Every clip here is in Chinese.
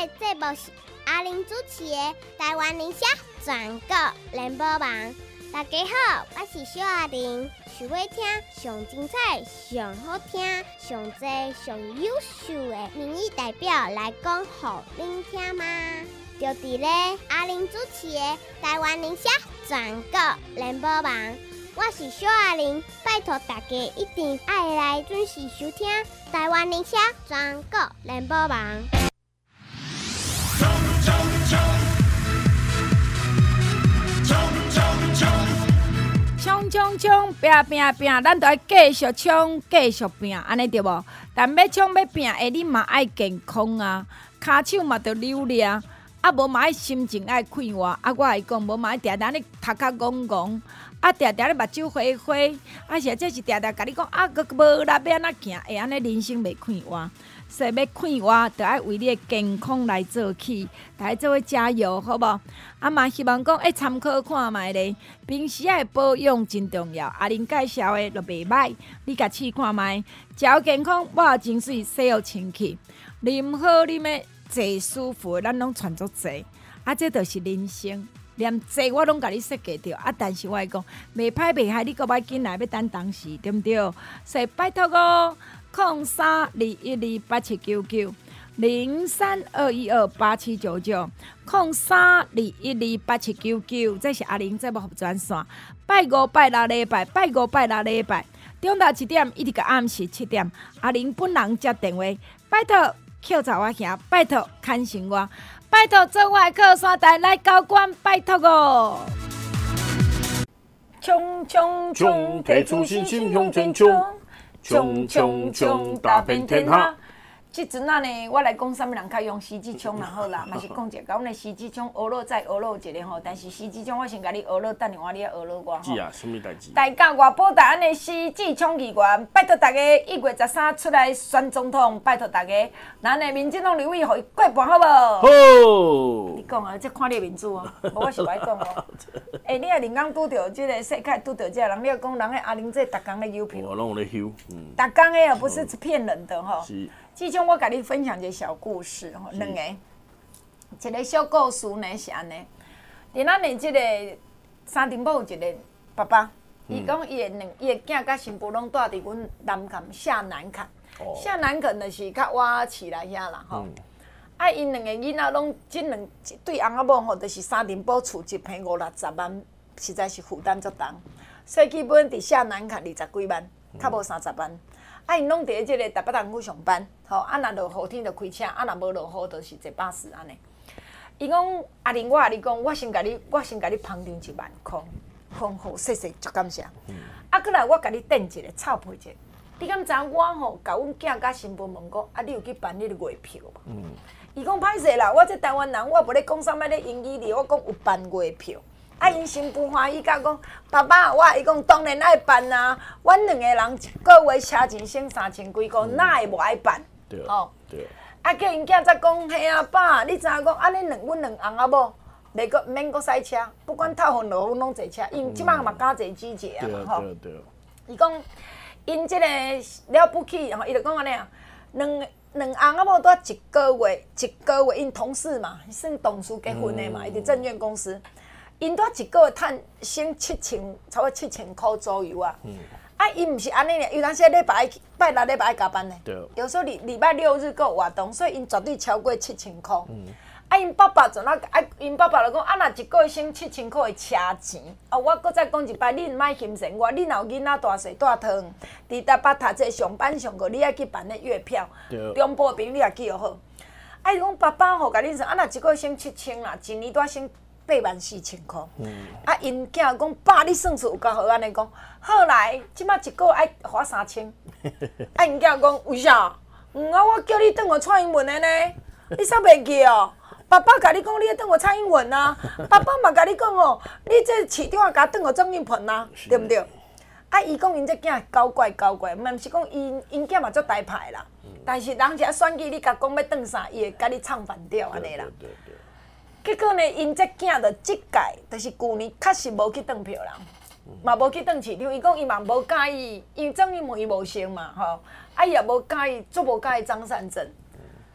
个节目是阿玲主持的台湾宁夏全国联播网。大家好，我是小阿玲，想要听上精彩、上好听、上多、上优秀的民意代表来讲予恁听吗？就伫咧阿玲主持的台湾宁夏全国联播网。我是小阿玲，拜托大家一定爱来准时收听台湾宁夏全国联播网。 冲，拼，咱就要继续冲，继续拼，安尼对无？但要冲要拼的，你嘛爱健康啊，骹手嘛着溜咧，啊无嘛爱心情爱快活。啊，我来讲，无嘛爱定定咧头壳戆戆，啊定定咧目睭花花，啊是这是定定甲你讲啊，佫无力要安怎行，会安尼人生袂快活。所以要快活，就爱为你的健康来做起，大家做伙加油，好无？啊嘛希望讲参考看卖咧，平时的保养真重要。阿玲介绍的就袂歹，你甲试看卖，食好健康，活真水，洗好清气，啉好啉的坐舒服的，咱拢传足坐。啊，这就是人生。连坐我拢甲你设计着，啊！但是我来讲，袂歹袂害，你搁要紧来要等当时，对毋对？所以拜托哦，03-212-8799 03-212-8799 03-212-8799，这是阿玲节目服专线。拜五拜六礼拜，中昼1点一直到暗时7点，阿玲本人接电话，拜托扣查我兄，拜托牵绳我。拜托，做我的靠山台来交关，拜托哦！冲， 提出信心向前冲，打遍天下。 即阵啊呢，我来讲啥物人较用时机冲就好啦，嘛是讲一个，阮的时机冲学了再学了一个吼。但是时机冲我先甲你学了，等下你要学了我吼。 是啊，什么代志？ 大家外保台湾的时机冲议员，拜托大家1月13出来选总统，拜托大家，咱的民进党立委互伊过半好无？ 好。 你讲啊，这看你的民主哦，无我是歹讲哦。你若连刚拄着即个世界拄着这人，你要讲人的阿玲这逐工咧邮票， 我拢有咧收， 逐工的不是骗人的吼。 是。 即种我甲你分享一个小故事吼，两个，一个小故事呢是安尼，伫咱的即个三重埔有一个爸爸，伊讲伊的囝甲新妇拢住伫阮南崁下南崁，下南崁就是较晚市来遐啦吼。啊，因两个囡仔拢即两对翁仔某吼，就是三重埔厝一坪50-60万，实在是负担足重，所以基本伫下南崁20几万，较无30万。啊，因拢伫即个台北东区上班，吼，啊，若落雨天就开车，啊，若无落雨就是坐巴士安尼。伊讲阿玲，我甲你讲，我先甲你捧场1万块，丰富谢谢，足感谢。啊，过来我甲你垫一个臭皮者，你敢知我吼，甲阮囝甲新妇问讲，啊，你有去办你的月票无？伊讲歹势啦，我这台湾人，我无咧讲啥物咧英语哩，我讲有办月票。啊，因新妇欢喜甲讲，爸爸，伊讲当然爱办啊。阮两个人一个月车钱省3000几箍，哪会无爱办？ 对， 哦， 对。 啊，叫因囝才讲，嘿啊，爸，你知影讲，安尼阮两翁仔某，免阁驶车，不管透风落雨拢坐车，因即摆嘛敢坐机捷啊嘛吼。 对。 伊讲，因即个了不起，吼，伊就讲安尼啊，两翁仔某拄一个月，因同事嘛，算同事结婚的嘛，伊伫证券公司。因拄一个月趁省7000，差不多7000块左右啊。啊，伊毋是安尼咧，有当时拜六礼拜爱加班咧。 对。 有时候礼拜6日有活动，所以因绝对超过7000块。啊，因爸爸就因爸爸就讲，啊，若一个月省7000块的车钱，啊，我搁再讲一摆，你毋莫嫌嫌我，你若有囡仔大细大汤，伫台北读册上班上课，你爱去办咧月票。 对。 中部朋友你也记好好。啊，伊讲爸爸吼，甲恁说，啊，若一个月省7000啦，一年拄省84000块。啊，因囝讲爸，你算数有够好安尼讲。好来，即摆一个月爱花3000。啊，因囝讲为啥？我叫你转学蔡英文的呢，你煞袂记哦？爸爸甲你讲，你要转学蔡英文啊。爸爸嘛甲你讲哦，你这市长也甲转学郑运鹏啊，对毋对？啊，伊讲因这囝搞怪，毋是讲因囝嘛足台派啦。但是人家选举，你甲讲要转啥，伊会甲你唱反调安尼啦。 对。 结果呢，因这囝着即届，就是旧年确实无去转票人，嘛无去转市场。伊讲伊嘛无介意，因为郑运鹏伊无成嘛，吼，啊伊也无介意，足无介意张善政。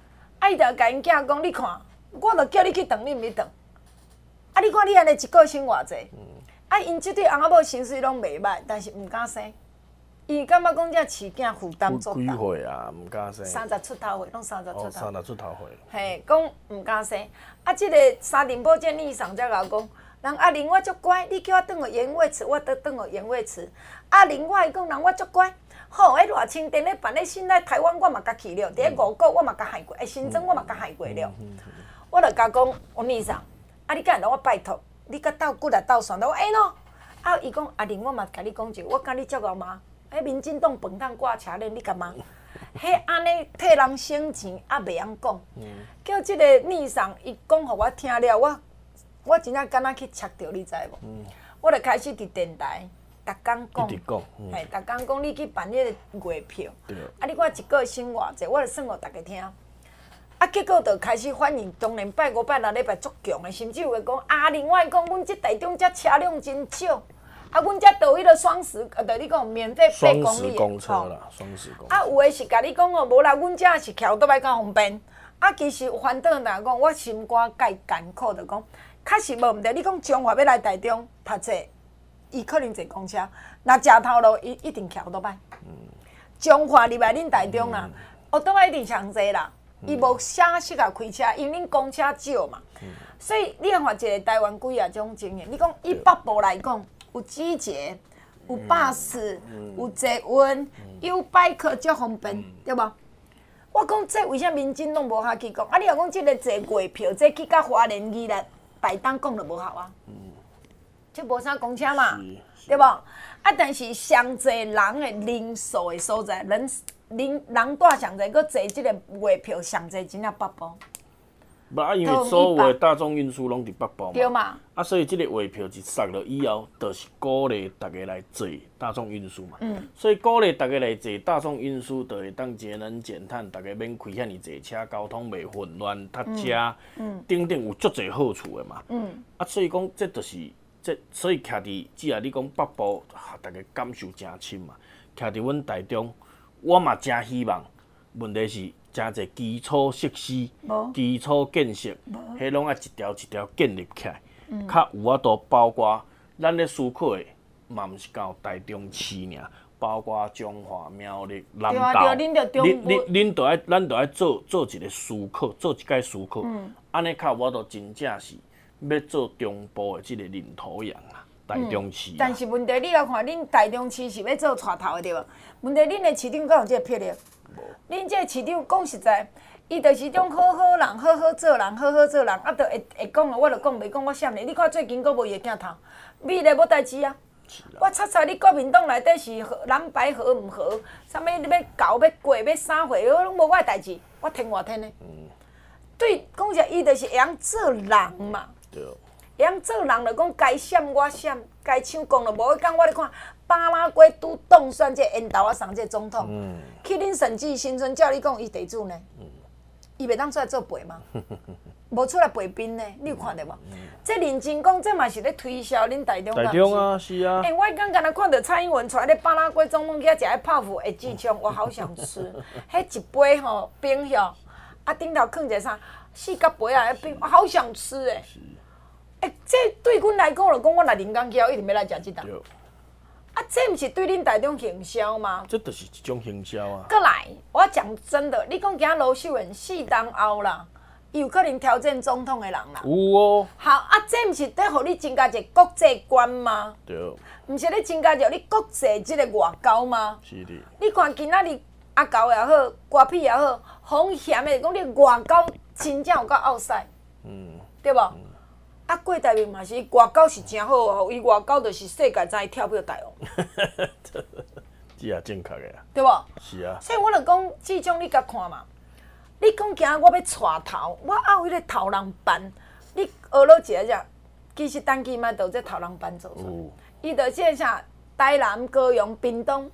伊就甲因囝讲，你看，我著叫你去长，你毋去长。啊，你看你安尼一个生偌济，啊，因即对翁仔某薪水拢袂歹，但是毋敢生。伊感觉讲这饲囝负担足几大。 岁啊？毋敢生。 30出头岁，拢30出头。 哦，30出头岁。 嘿，讲毋敢生。啊，即个沙丁堡这女上才甲我讲，人阿玲我足乖，你叫我转去盐味池，我倒转去盐味池。阿玲我伊讲人我足乖，好，迄偌清电咧办咧，现在台湾我嘛甲去了，伫咧五股我嘛甲害过，新庄我嘛甲害过了。我著甲讲，王女上，啊，你敢会当我拜托，你甲斗骨来斗算的，我喏。啊，伊讲阿玲我嘛甲你讲一句，我甲你足够骂。迄民进党饭桶挂车链，你干嘛？迄安尼替人省钱，也袂晓讲。叫即个女上，伊讲互我听了，我真正敢若去切着，你知无？我就开始伫电台，逐工讲， 一直讲， 嘿，逐工讲你去办迄个月票，啊，你看一个月省偌济，我就算互逐个听。啊，结果就开始反应，当然拜5拜6礼拜足强的，甚至有诶讲，另外讲，阮即台中遮车辆真少。啊，阮遮倒迄个双十，就你讲免费8公里公车啦，双十公车。 啊，有诶是甲你讲哦，无啦，阮遮是徛倒摆较方便。啊，其实反倒若讲，我心肝介艰苦，就讲，确实无毋对。你讲中华要来台中读册，伊可能坐公车，若食头路，伊一定徛倒摆。中华入来恁台中啦，倒摆一定上济啦。伊无啥适合开车，因为恁公车少嘛。所以你看一个台湾几啊种情形，你讲以北部来讲。有机捷，有巴士，有捷运，有摆客足方便，对无？我讲这为啥民进党无下去讲？啊，你若讲即个坐月票，这去到花莲宜兰台东讲就无效啊。这无啥公车嘛，对无？啊，但是上济人的人数的所在，人带上济，佮坐即个月票上济真正北部。 无啊，因为所有的大众运输拢伫北部嘛， 对嘛？ 啊，所以即个月票一杀落以后，就是鼓励大家来坐大众运输嘛。所以鼓励大家来坐大众运输，就会当节能减碳，大家免开遐尼济车，交通袂混乱，塞车，等等有足侪好处的嘛。啊，所以讲这就是所以徛伫只啊，你讲北部，大家感受真深嘛。徛伫阮台中，我嘛真希望，问题是。真侪基础设施、基础建设，迄拢爱一条一条建立起来，较有法度包括咱咧思考的，嘛毋是到台中市尔，包括中华、苗栗、南投，咱着爱做一个思考，做一届思考，安尼较有法度真正是要做中部的即个领头羊啊，台中市。 但是问题你来看，恁台中市是要做带头的对无？问题恁的市长敢有这个魄力？恁这市长讲实在，伊就是种好人，好做人，啊，就会讲啊，我就讲袂讲，我啥呢？你看最近佫无伊个镜头，美丽无代志啊！我擦擦，你国民党内底是蓝白合毋合，啥物要搞要过要啥货，拢无我的代志，我听我听的。对，讲实伊就是会晓做人嘛。 对。 会晓做人就讲该闪我闪，该唱讲就无。讲我咧看。巴拉圭拄当选这烟头啊，上这总统，去恁审计新村照你讲，伊地主呢？伊袂当出来做陪吗？无出来陪兵呢？你有看到无？这认真讲，这嘛是咧推销恁台中。 台中啊，是啊。 我刚刚看到蔡英文出来咧巴拉圭总统去遐食迄泡芙的痔疮，我好想吃。迄一杯吼冰晓，啊顶头放一个啥四角杯啊，冰，我好想吃诶。这对阮来讲，就讲我来临港去后一定要来食这道。啊，这毋是对恁台中行销吗？ 这就是一种行销啊。 过来，我讲真的，你讲今仔罗秀燕4当后啦，伊有可能挑战总统的人啦。 有哦。 好啊，这毋是在互你增加一个国际观吗？ 对。 毋是咧增加着你国际即个外交吗？ 是的。 你看今仔日阿狗也好，瓜皮也好，风险的讲你外交真正有够拗赛，对无？啊，郭台铭嘛是外交是真好哦，伊外交就是世界知跳票大王。 这也正确的啊。 对无？ 是啊。 所以我就讲，这种你甲看嘛。你讲今我要带头，我还有迄个头人班，你学了一下，其实单机嘛，就这头人班做出来。伊就即啥台南、高雄、屏东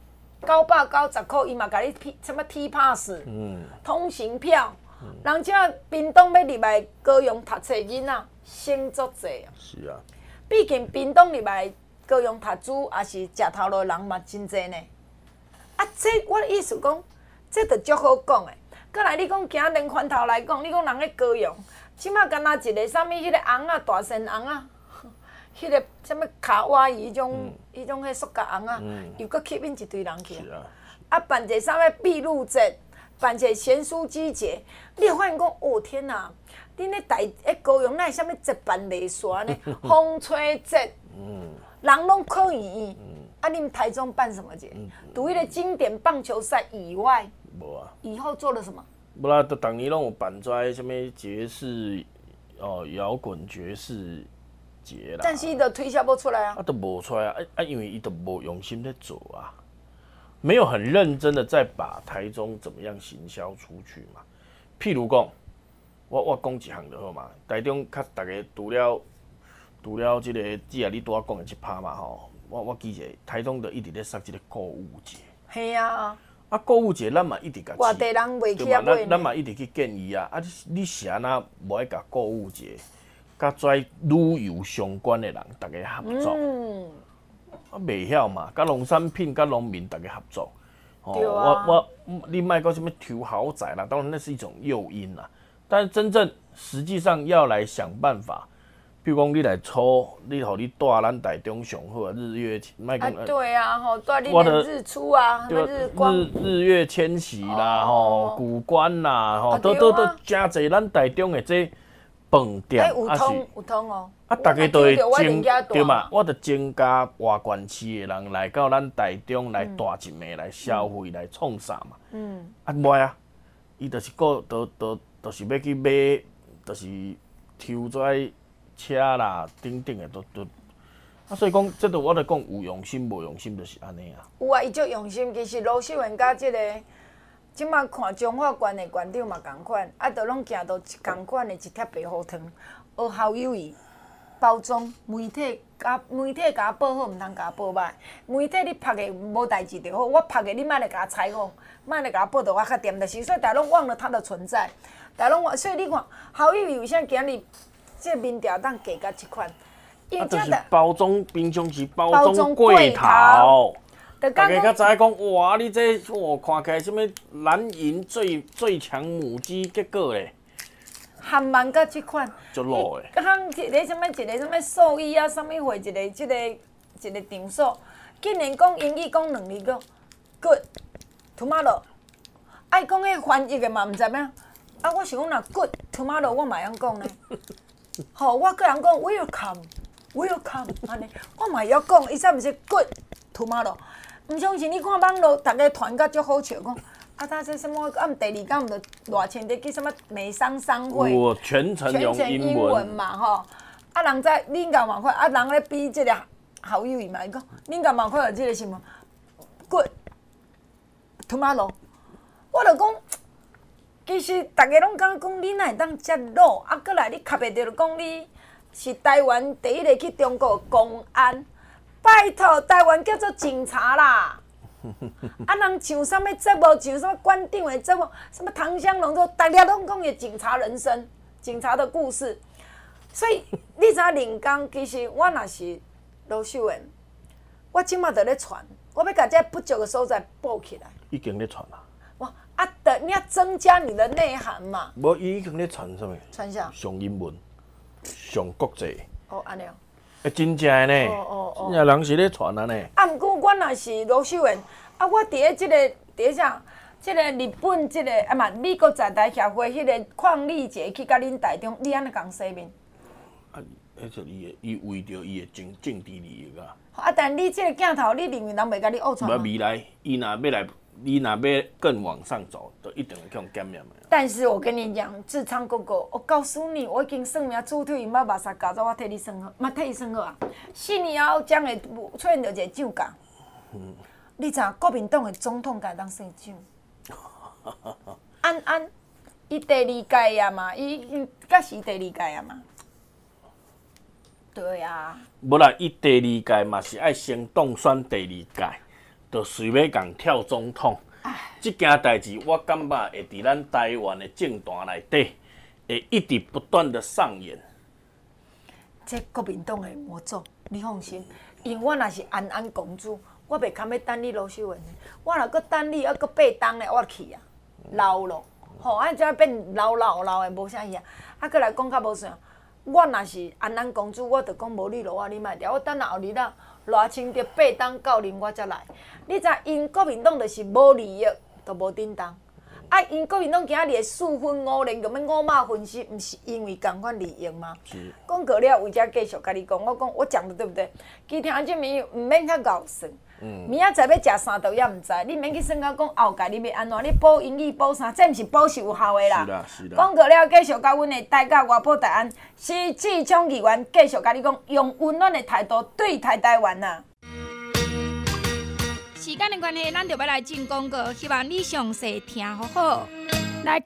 990块，伊嘛甲你什么 T pass， 通行票。人遮屏东要入来高雄读册囡仔，省足济啊！ 是啊， 毕竟屏东入来高雄读书，也是食头路人嘛真济呢。啊，这我的意思讲，这着足好讲的。 过来你讲行连环头来讲，你讲人咧高阳，即马敢若一个啥物迄个红啊，大仙红啊，迄个啥物卡哇伊迄种迄塑胶红啊，又搁吸引一堆人去。 是啊。 啊，办者啥物闭路节，办者咸酥鸡节，你会发现讲，哦天哪！恁咧高雄，哪会啥物节办袂煞呢？风吹节，人拢可以。啊，你们台中办什么节？除迄个经典棒球赛以外， 无啊。 以后做了什么？ 无啦，都逐年拢有办在什物爵士摇滚爵士节啦。 但是伊都推销不出来啊。 啊，都无出来啊，因为伊都无用心在做啊，没有很认真的在把台中怎么样行销出去嘛。譬如讲。我讲一项就好嘛，台中较大家除了即个只啊你拄仔讲的一趴嘛吼，我记者台中就一直咧杀即个购物节。 系啊。 啊，购物节咱嘛一直甲外地人袂起啊买。 咱嘛一直去建议啊，啊你是安那无爱甲购物节，甲跩旅游相关的人大家合作。啊，袂晓嘛，甲农产品、甲农民大家合作。 对啊。 你莫讲什么求豪宅啦，当然那是一种诱因啦。但是真正实际上要来想办法，比如讲你来抽，你互你带咱台中上好啊，日月莫讲。 对啊，吼带你的日出啊，日光。 日月千禧啦，吼古关啦，吼都真侪咱台中的这饭店。 有通哦。 啊，大家都会增对嘛？我着增加外县市的人来到咱台中来大一暝来消费来创啥嘛？啊，袂啊，伊就是就是要去买，就是抽跩车啦，等等的都啊，所以讲，这个我来讲有用心无用心，就是安尼啊。 有啊，伊足用心。其实罗秀元甲即个，即马看中华县的县长嘛共款，啊，都拢行到共款的一贴白虎汤，学校友谊包装媒体甲报好，毋通甲报歹。媒体你拍的无代志就好，我拍的你莫来甲采访，莫来甲报道我较掂，就是所以大家拢忘了它的存在。所以你看，校友为啥今日这民调当价甲即款？ 啊，就是包装平常时包装过头，大家较知讲哇，你这看起来什物蓝银最强母鸡，结果咧， 含慢甲即款， 足老诶。 一个什么兽医啊，什么会一个场所，竟然讲英语讲2字，good tomorrow， 爱讲迄翻译的嘛，毋知影。啊，我想讲若 good tomorrow， 我嘛会晓讲呢。吼，我个人讲 welcome，安尼，我嘛会晓讲，伊才毋是 good tomorrow。毋相信你看网络，逐个传甲足好笑，讲啊，他这什么？第二天毋就偌千的去什么美商商会？ 全程用英文嘛，吼。啊，人在恁甲嘛看，啊，人咧比即个校友伊嘛，伊讲恁甲嘛看到即个新闻 ，good tomorrow， 我就讲。其实大家拢讲你哪会当遮老，啊，过来你卡袂着讲你是台湾第一个去中国公安，拜托，台湾叫做警察啦。啊，人像啥物节目，像啥物馆长的节目，什么唐湘龙都，大家拢讲的警察人生，警察的故事。所以你知影人工，其实我若是罗秀元，我即马就咧传，我要甲这不足的所在补起来。 已经咧传啦。 啊，你要增加你的内涵嘛。 无，伊已经咧传啥物？ 传啥？ 上英文，上国际。 哦，安尼哦。 真正的呢，真正人是咧传啊呢。 啊，毋过我若是罗秀元，啊，我伫咧即个伫啥？即个日本即个啊嘛，美国在台协会迄个抗日节去甲恁台中，你安尼讲说明？ 啊，迄就伊为着伊的政治利益啊。 啊，但你即个镜头，你认为人袂甲你误传吗？ 未来，伊若要来。你若要更往上走，就一定会去用检验的。 但是我跟你讲，志昌哥哥，我告诉你，我已经算命主推，伊把目屎搞走，我替你算好，嘛替伊算好啊。4年后将会出现着一个奖项。你知影国民党的总统该当算奖？安，伊第2届呀嘛，伊甲是第2届呀嘛。对啊。 无啦，伊第2届嘛是爱先当选第2届。就随要共跳总统，这件代志我感觉会伫咱台湾的政坛内底，会一直不断的上演。 这国民党的魔咒，你放心，因为我若是安安公主，我袂堪要等你罗秀元，我若搁等你，还搁爬当咧，我去啊，老咯。 安尼才变老的无啥样。啊，过来讲较无算。我若是安南公主，我就讲无你路啊，你莫调。我等下后日啦，热清着8当到临我才来。你知因国民党就是无利益，就无振动。啊，因国民党今仔日4分5厘，就要5码分析，毋是因为共款利益吗？讲过了，为遮继续甲你讲，我讲的对不对？其他这面毋免较搞算。明仔载要食啥道也毋知，你免去算到讲后届你要安怎？你补英语补啥？这毋是补是有效的啦。讲过了，继续甲阮的大家外埔大安施志昌议员继续甲你讲，用温暖的态度对待台湾呐。 时间的关系，咱就要来进广告，希望你详细听好好。来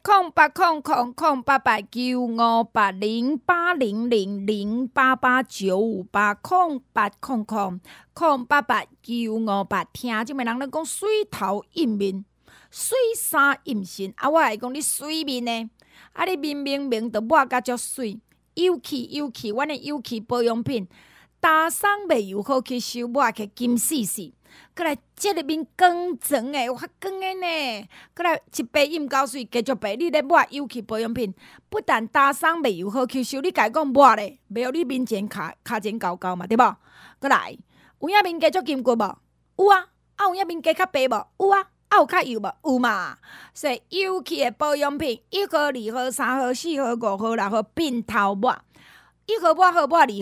0800088958088895808890889890，听即个人咧讲水头印面，水衫印身，我来讲你水面呢，你面明明就抹甲足水，有气，阮的有气保养品，打霜袂油好吸收，抹起金丝丝。过来，即个面光泽诶，有较光诶呢。过来一杯饮胶水，继续杯，你咧抹有气保养品，不但打霜袂油好吸收，你家讲抹咧，袂互你面前骹前厚厚嘛，对无？过来，有影面加足金骨无？有啊，有影面加较白无？有啊，有较油无？有嘛。所以有气诶保养品，1号、2号、3号、4号、5号、6号并头抹，1号抹2号抹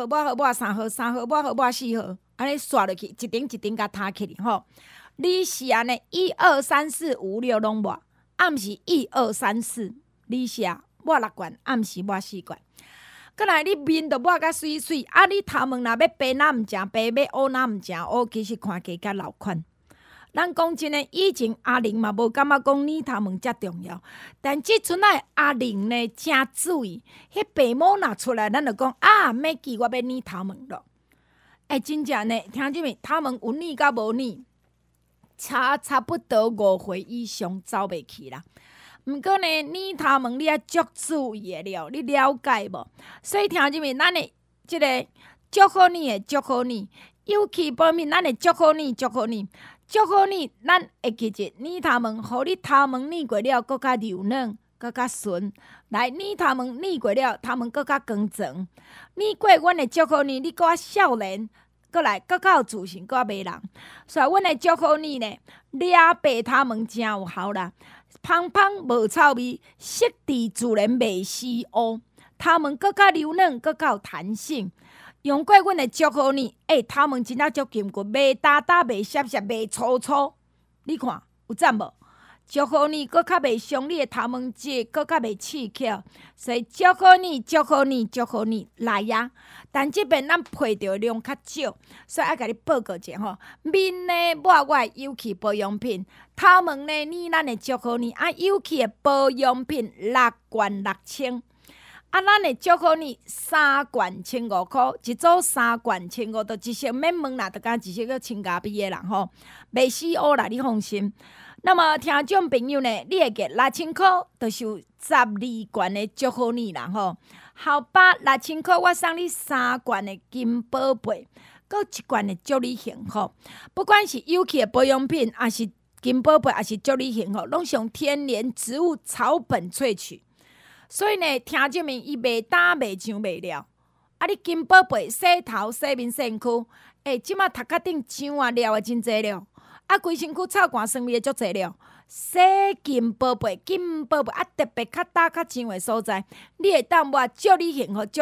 3号3号抹4号。安尼刷落去，一顶一顶甲塌起哩吼。你是安尼1、2、3、4、5、6拢抹，暗时1、2、3、4，你是抹6罐，暗时抹4罐。过来你面都抹甲水水，你头毛若要白哪毋正白，要乌哪毋正乌，其实看起甲老款。咱讲真诶，以前阿玲嘛无感觉讲染头毛遮重要，但即阵仔阿玲呢真注意，迄白毛若出来，咱就讲免记我要染头毛咯。真正呢，听即面，头毛有染甲无染，差不多5岁以上走袂去啦。毋过呢，染头毛你要足注意的了，你了解无？所以听即面，咱的即个足好染的足好染，有气保面，咱的足好染，咱会记住染头毛，互你头毛染过了，搁较柔软，搁较顺。来，染头毛染过了，头毛搁较光泽。染过阮的足好染，你搁较少年。过来，搁较有自信，搁较袂人。所以，阮的足好染呢，抓白头毛真有效啦。芳芳无臭味，色地自然袂死乌，头毛搁较柔软，搁较有弹性。用过阮的足好染，头毛真正足坚固，袂焦焦，袂涩涩，袂粗粗。你看有赞无？足好染搁较袂伤你的头毛质，搁较袂刺翘，所以足好染来呀！但即边咱配着量较少，所以爱甲你报告者吼，面呢抹我的有气保养品，头毛呢染咱的足好染，有气的保养品6罐6000。咱的足好染3罐1500块，一组3罐1500，就一色免问啦，就敢一色个清咖啡的人吼，袂死乌啦，你放心。那么听众朋友呢，你会记6000块，就是有12罐的足好染啦吼。后把6000块，我送你3罐的金宝贝，搁1罐的祝你幸福。不管是有气的保养品，还是金宝贝，还是祝你幸福，拢是用天然植物草本萃取。所以呢，听众们伊袂打袂上袂了。你金宝贝洗头、洗面、洗躯，即马头壳顶痒了的真侪了。规身躯臭汗酸味的足侪了，洗金宝贝，特别较大较痒的所在，你会当抹祝你幸福，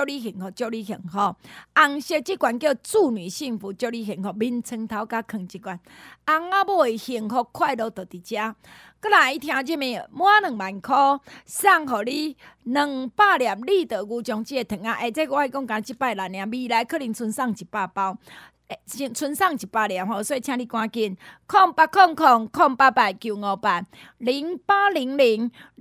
红色即款叫祝女幸福，祝你幸福，面床头甲放一罐，翁仔某的幸福快乐就伫遮。过来听即面满2万块，送互你200粒立德牛浆即个糖仔，这我讲讲100粒尔，未来可能剩送100包。剩送100粒吼，所以请你赶紧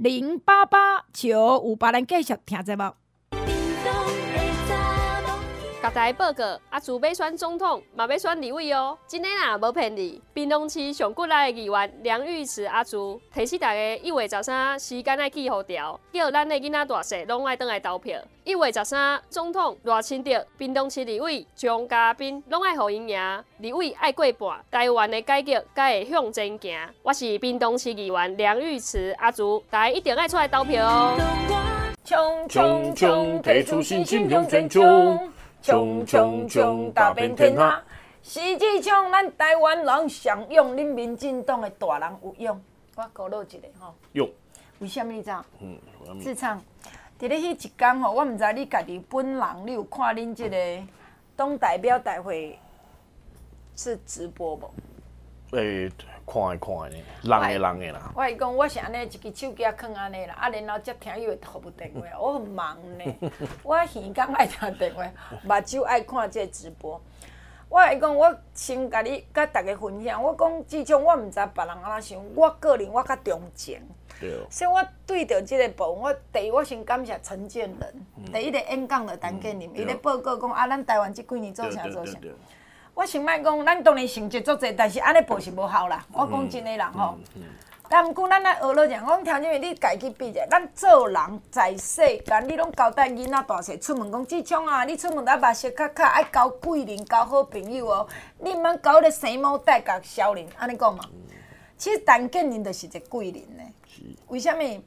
0800-088-9800-0800-088-9558，咱继续听节目。 各台报告，阿朱要选总统，嘛要选立委哦。真的啦，无骗你。屏东市上骨力的议员梁玉慈阿朱，提醒大家1月13时间爱记好调，叫咱的囡仔大细拢爱倒来投票。1月13总统赖清德，屏东市立委张嘉宾拢爱互因赢。立委爱过半，台湾的改革才会向前行。我是屏东市议员梁玉慈阿朱，大家一定爱出来投票哦。 冲冲冲，提出信心向前冲。冲冲冲，打遍天下。 实际上，咱台湾人上用，恁民进党的大人有用。我鼓励一个吼。 用。 为什么你知道？志昌，伫咧迄一天吼，我毋知你家己本人，你有看恁即个党代表大会是直播无？ 看的呢，人的啦。 我是讲，我是安尼一支手机啊放安尼啦，然后才听伊的服务电话。我很忙呢，我耳讲爱听电话，目睭爱看这直播。我是讲，我先甲你甲大家分享，我讲自从我毋知别人安怎想，我个人我较钟情。所以我对着即个部分，第一我先感谢陈建仁，第一个演讲的陈建仁，伊咧报告讲咱台湾即几年做啥做啥。我想摆讲，咱当然成绩足侪，但是安尼报是无效啦。我讲真诶啦吼。但毋过咱来学了讲，我讲听见你家己比者，咱做人在世间，你拢交代囡仔大细出门讲，志昌啊，你出门来目色较较爱交贵人，交好朋友哦。你毋通交咧生毛带甲少年，安尼讲嘛。其实陈建仁就是一个贵人呢。为什么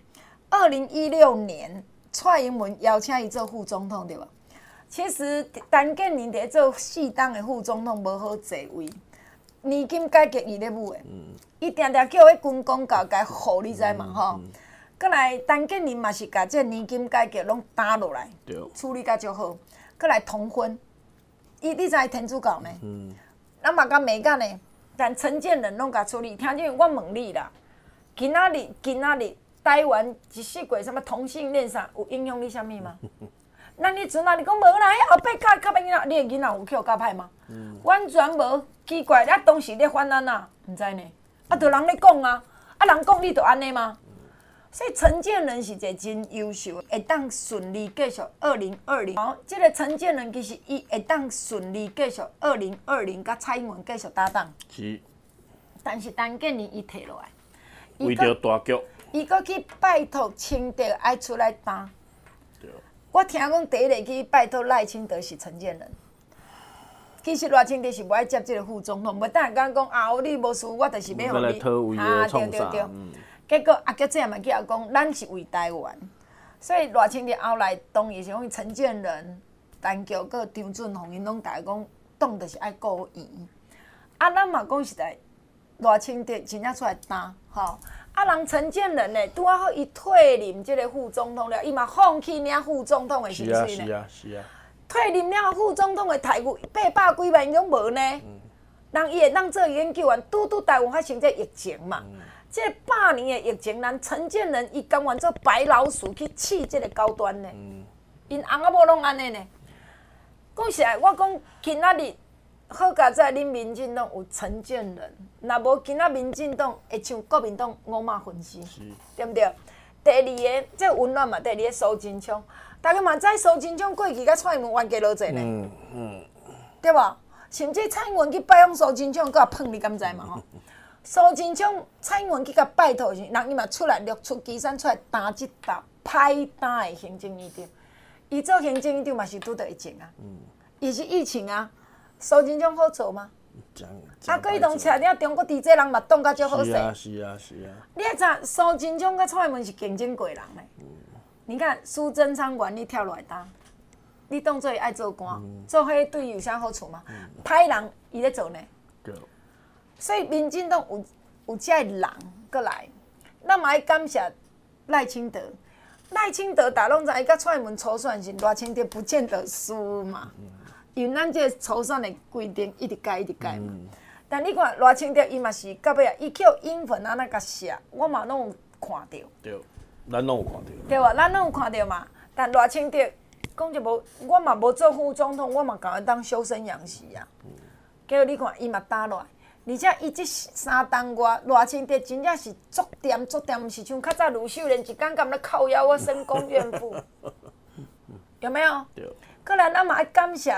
？2016年蔡英文邀请伊做副总统，对吧？其实陈建仁伫做4党的副总统无好坐位，年金改革伊咧舞的，伊定定叫迄军公教改好，你知嘛吼？过来陈建仁嘛是甲这年金改革拢打落来，处理甲足好。过来同婚，你知天主教呢？咱嘛甲美感呢，但陈建仁拢甲处理。听见我问你啦，今仔日台湾一世过什么同性恋啥有影响你啥物吗？咱你阵啊，你讲无啦，迄后壁较歹囡仔，你的囡仔有去互较歹吗？完全无，奇怪，咱当时咧反咱啊，毋知呢。就人咧讲啊，人讲你就安尼吗？所以陈建仁是一个真优秀，会当顺利继续2020。即个陈建仁其实伊会当顺利继续2020，甲蔡英文继续搭档。 是。 但是陈建仁伊摕落来， 为着大局， 伊搁去拜托清德爱出来担。我听讲第一个去拜托赖清德是陈建仁，其实赖清德是无爱接这个副总统，无等下讲你无事，我就是要互你对。结果叫这嘛叫讲，咱是为台湾，所以赖清德后来当然是讲陈建仁、陈菊佮张俊宏，因拢大家讲党就是爱顾伊。咱嘛讲实在，赖清德真正出来担吼。人陈建仁呢，拄好伊退任即个副总统了，伊嘛放弃领副总统的薪水呢。 是啊。 退任了副总统的待遇800几万拢无呢。人伊会当做研究员，拄台湾发生这疫情嘛。这8年的疫情，咱陈建仁伊甘愿做白老鼠去试这个高端呢。因翁仔某拢安尼呢。讲实在，我讲今仔日。好佳在恁民进党有陈建仁，若无今仔民进党会像国民党五马分尸，对不对？第二个，这温暖嘛，第二个苏贞昌，大家嘛知苏贞昌过去甲蔡英文冤家落济呢，对无？甚至蔡英文去拜访苏贞昌，佮碰你敢知嘛？吼，苏贞昌蔡英文去甲拜托时，人伊嘛出来略出岐山出来担即搭歹担的行政院长，伊做行政院长嘛是拄到疫情啊，也是疫情啊。苏贞昌好做吗？佮伊当车顶中国伫这人嘛当甲足好势。 是啊。 你爱知苏贞昌甲蔡英文是竞争过人嘞。你看苏贞昌原你跳落来担，你当做伊爱做官，做迄对伊有啥好处吗？歹人伊咧做呢。所以民进党有这个人过来，咱嘛爱感谢赖清德。赖清德大拢知伊甲蔡英文初选时，赖清德不见得输嘛。因为咱这个初选的规定一直改嘛，但你看赖清德伊嘛是到尾啊，伊叫英文安那甲写，我嘛拢有看到。对， 咱拢有看到。 对无？咱拢有看到嘛。但赖清德讲就无，我嘛无做副总统，我嘛共伊当修身养息啊。结果你看伊嘛打落来，而且伊这3当外，赖清德真正是足掂，毋是像较早卢秀莲一竿竿咧靠腰我深宫怨妇，有没有？对。过来咱嘛爱感谢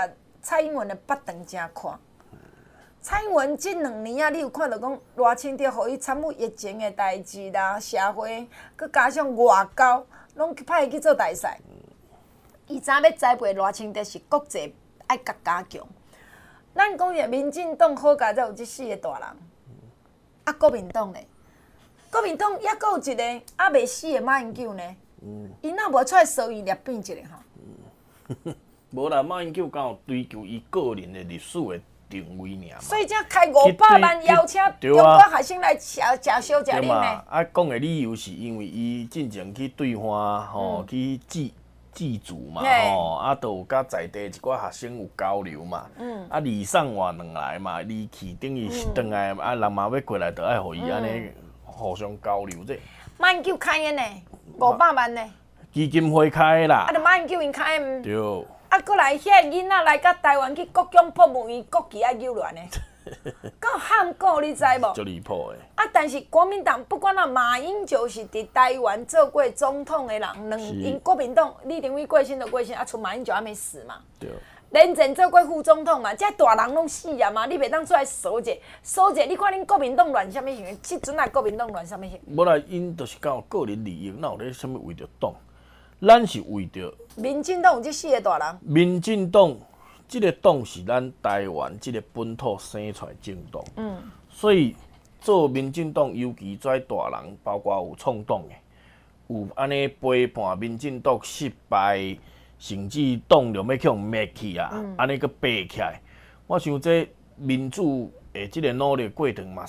蔡英文的巴长真宽。蔡英文这2年啊，你有看到讲赖清德互伊参与疫情的代志啦、社会，佮加上外交，拢派伊去做大使。伊知影要栽培赖清德是国际爱甲加强。咱讲者民进党好佳才有这4个大人，啊国民党呢？国民党抑阁有一个还未死的马英九呢，伊若无出来扫伊掠扁一下吼。 无啦，马英九敢有追求伊个人的历史的定位尔嘛？ 所以才开500万邀请中国学生来食小食啉呢。 啊，讲的理由是因为伊进前去对话去祭祖嘛，啊，都有甲在地一寡学生有交流嘛。啊，礼尚往来嘛，离去等于是转来，啊，人嘛要过来，就爱互伊安尼互相交流这。 马英九开的呢，500万呢。 基金会开的啦。 啊，就马英九因开的。 对。 啊，搁来遐囡仔来甲台湾去国境保护伊国旗爱扭乱呢，够喊过你知无？ 足离谱的。 啊，但是国民党不管啊，马英九是伫台湾做过总统的人，因国民党李登辉过身就过身，啊，剩马英九还没死嘛。 对。 连前做过副总统嘛，这大人拢死啊嘛，你袂当出来搜者，你看恁国民党乱啥物行？即阵啊，国民党乱啥物行？ 无啦，因就是讲个人利益，哪有咧啥物为着党？咱是为着民进党有这4个大人。 民进党这个党是咱台湾这个本土生出来政党，所以做民进党，尤其这大人，包括有创党的，有安尼陪伴民进党失败，甚至党就要去灭去啊，安尼个爬起来。我想这民主的这个努力过程嘛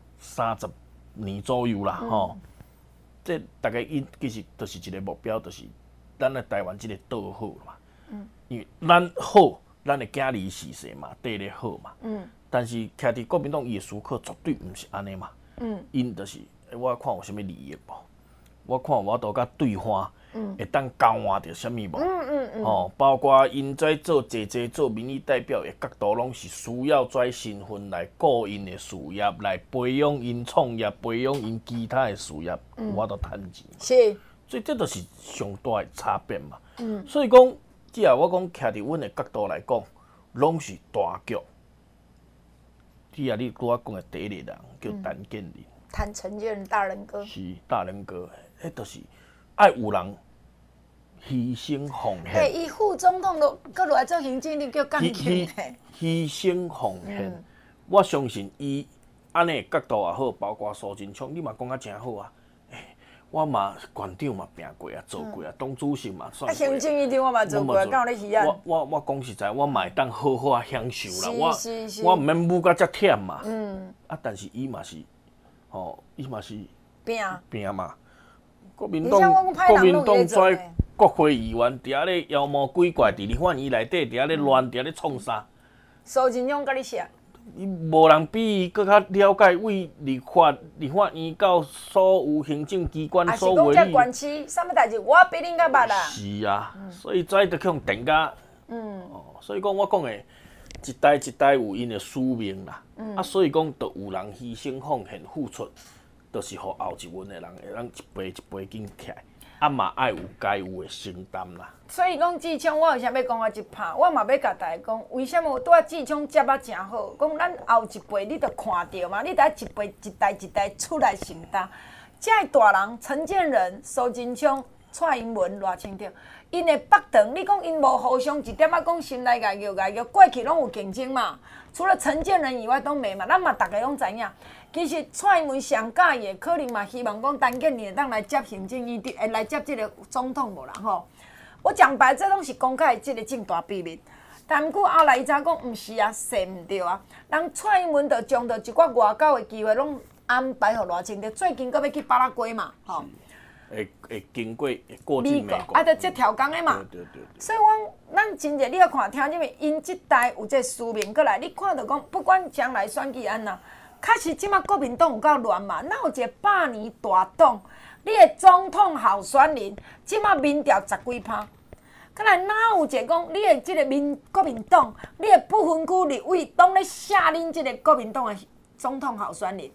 ，30年左右啦，吼。这大概其实就是一个目标，就是咱的台湾这个岛好嘛。因为咱好，咱的囝儿世世嘛，地咧好嘛。但是徛伫国民党伊的思考绝对毋是安尼嘛。因就是我看有啥物利益无，我看我都甲对方会当交换着啥物无。包括因在做做民意代表的角度，拢是需要跩身份来顾因的事业，来培养因创业，培养因其他的事业，我都趁钱。 是， 所以这就是上大的差别嘛。所以讲，只要我讲徛伫阮的角度来讲，拢是大局。只要你拄我讲的第一个人叫陈建仁， 陈建仁大人哥。 是大人哥，迄就是爱有人。牺牲奉献。 伊副总统都搁落来做行政，你叫干轻嘿。 牺牲奉献，我相信伊安尼角度也好，包括苏贞昌，你嘛讲啊真好啊。我嘛县长嘛拼过啊，做过啊，党主席嘛算过。 行政院长我嘛做过，敢有咧鱼啊？ 我讲实在，我嘛会当好好啊享受啦。 我毋免舞甲遮忝嘛。啊，但是伊嘛是，伊嘛是拼嘛。国民党跩国会议员伫遐咧妖魔鬼怪，伫立法院内底伫遐咧乱，伫遐咧创啥？ 苏贞昌甲你写， 伊无人比伊搁较了解为立法院到所有行政机关所有的。 啊，是讲遮县市啥物代志，我比恁较捌啦。 是啊，所以跩着去用定甲。所以讲我讲的，一代一代有因的使命啦。啊，所以讲，就有人牺牲奉献付出，就是互后一轮的人会当一辈一辈紧起来。啊嘛爱有该有的承担啦。 所以讲志昌，我为啥要讲我一拍？我嘛要甲大家讲，为什么拄仔志昌接啊真好？讲咱后一辈你着看到嘛，你得一辈一代一代出来承担。遮大人陈建仁、苏贞昌、蔡英文、赖清德，因的北长，你讲因无互相一点仔讲心内外摇，过去拢有竞争嘛。除了陈建仁以外都没嘛，咱嘛大家拢知影。其实蔡英文上届也可能嘛，希望讲陈建仁会当来接行政院长，来接这个总统无啦吼。我讲白，这拢是公开的这个正大秘密。但毋过后来伊才讲，毋是啊，说毋对啊。人蔡英文就将着一寡外交的机会拢安排互赖清德，最近搁要去巴拉圭嘛，吼。 会经过过境美国， 啊，着这条工的嘛。 对。 所以咱真济，你要看听，因为因即代有这使命过来，你看到讲，不管将来选举安那。确实，即马国民党有够乱嘛？哪有一个100年大党？你的总统候选人，即马民调10几%。再来哪有一个讲你的即个国民党，你的不分区立委拢咧写恁即个国民党的总统候选人？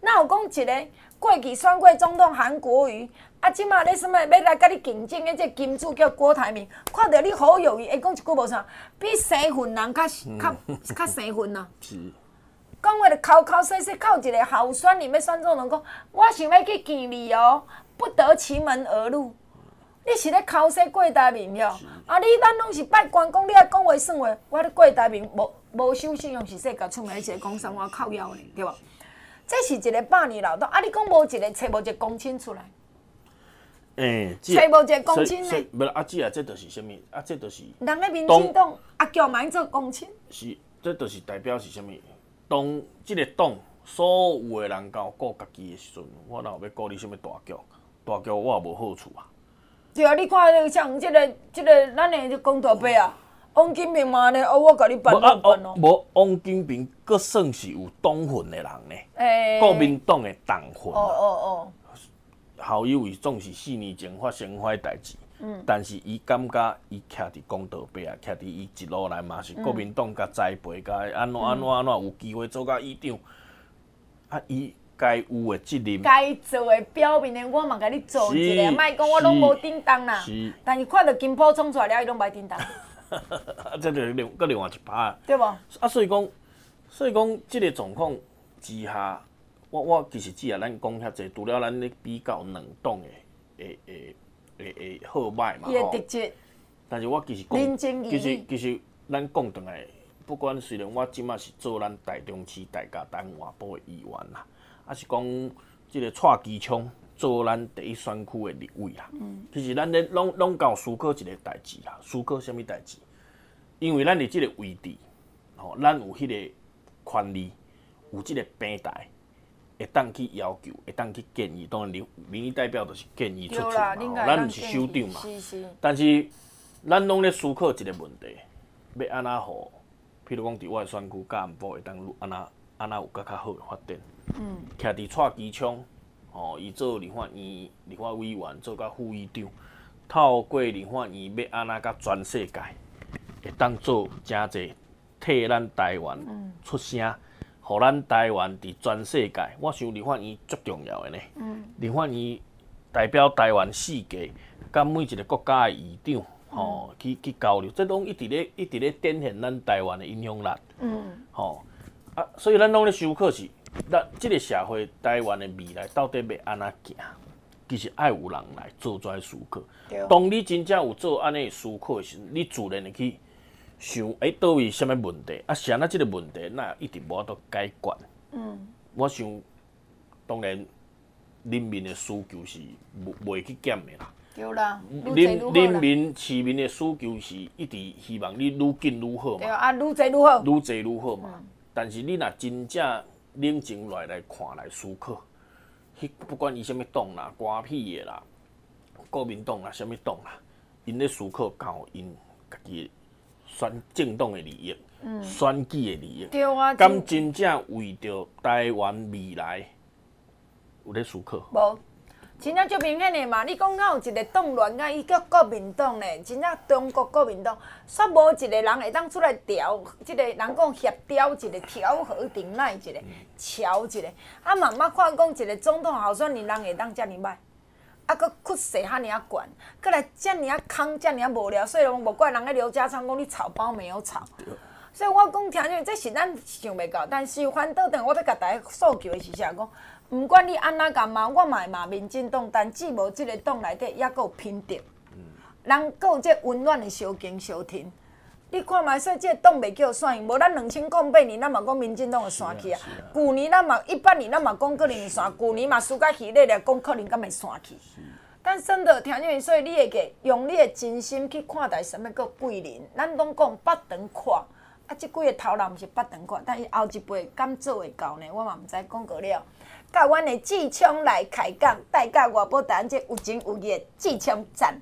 哪有讲一个过去选过总统韩国瑜，啊，即马咧什么要来甲你竞争的这金主叫郭台铭，看到你好友谊，会讲一句无啥，比生份人较生份啊。 是。 讲话就口口声声靠一个候选人要选总统，讲我想要去见你哦，不得其门而入。你是咧口说郭台铭了，啊！咱拢是拜关公，你爱讲话算话，我咧郭台铭无守信用是世界出名一个讲三话靠腰的，对无？这是一个百年老道，啊！你讲无一个找无一个公亲出来，找无一个公亲呢？ 无啊，这就是啥物？啊，这就是人咧民进党阿强嘛做公亲。 是，这就是代表是啥物？当即个党所有的人到顾家己的时阵，我哪有要顾你啥物大局？大局我也无好处啊。 对啊，你看像这个咱的公道伯啊，王金平嘛呢，我甲你办哦。 无王金平，阁算是有党份的人呢。国民党的党份。校友伊总是4年前发生迄代志。但是伊感觉伊徛伫公道伯啊，徛伫伊一路来嘛是国民党甲栽培甲安怎有机会做甲议长，啊伊该有的责任， 该做的表面的我嘛甲你做一个，莫讲我拢无叮当啦。但是看到金宝冲出来了，伊拢歹叮当。 这就另外一趴， 对无？ 啊，所以讲，即个状况之下，我其实只啊，咱讲遐济，除了咱咧比较两党的好歹嘛吼。但是我其实讲，其实咱讲转来，不管虽然我即马是做咱台中市大家单外部的议员啦，啊是讲即个蔡其昌做咱第一选区的立委啦。其实咱咧拢搞思考一个代志啦，思考啥物代志？因为咱伫即个位置，吼，咱有迄个权利，有即个平台。会当去要求，会当去建议，当然民意代表就是建议出处嘛，咱毋是首长嘛。但是咱拢咧思考一个问题，要安怎好？譬如讲，伫我的选区，甲南部会当安怎有较好的发展。徛伫蔡其昌，吼，伊做立法委员，做甲副议长，透过立法院要安怎甲全世界会当做真侪替咱台湾出声。互咱台湾伫全世界，我想立法院足重要的呢。立法院代表台湾四界，甲每一个国家的议长，吼，去交流，这拢一直咧展现咱台湾的影响力。吼，啊，所以咱拢咧思考是，咱即个社会台湾的未来到底要安怎行？其实爱有人来做跩思考。当你真正有做安尼思考的时，你自然会去。想倒位什么问题？啊，是安那即个问题，那一直无法度解决。我想，当然，人民的需求是袂去减的啦。 对啦， 人民市民的需求是一直希望你愈紧愈好嘛。 对啊，愈济愈好。 愈济愈好嘛。但是你若真正冷静来看来思考，不管伊什么党啦、瓜屁的啦、国民党啦、什么党啦，因咧思考到因家己。选政党的利益，选举的利益，敢真正为着台湾未来有咧思考？ 无，真正足明显的嘛。你讲敢有一个党乱，甲伊叫国民党呢？真正中国国民党，煞无一个人会当出来调，即个人讲协调一个调和定来一个桥一个，啊慢慢看讲一个总统候选人人会当遮尔歹。啊，佫屈势遐尔啊悬，佫来遮尔啊空，遮尔啊无聊，所以无怪人咧刘家昌讲你草包没有草。所以我讲听着，这是咱想袂到，但是反倒等我要甲大家诉求的是啥？讲，毋管你安怎干嘛，我嘛会骂民进党，但只无即个党内底也佫有品德，人佫有这温暖的相敬相挺。你看嘛，所以即个党袂叫选，无咱2008年咱嘛讲民进党会选去啊。去年咱嘛18年咱嘛讲可能会选，去年嘛输甲稀咧，讲可能敢会选去。但真的听见，所以你会个用你的真心去看待什么叫贵人，咱拢讲八长看，啊，即几个头人毋是八长看，但是后一辈敢做会到呢？我嘛毋知讲过了。甲阮的志昌来开讲，带甲外宝台这有情有义的志昌赞。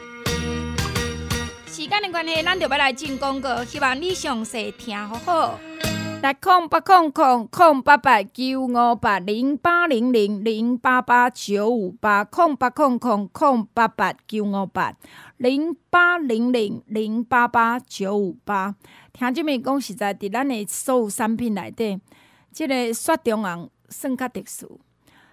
时间的关系，咱就要来进广告，希望你详细听好好。0800-958-0880-0888-958-0800-088-958。听即面讲实在，伫咱的所有产品内底，即个雪中红算较特殊。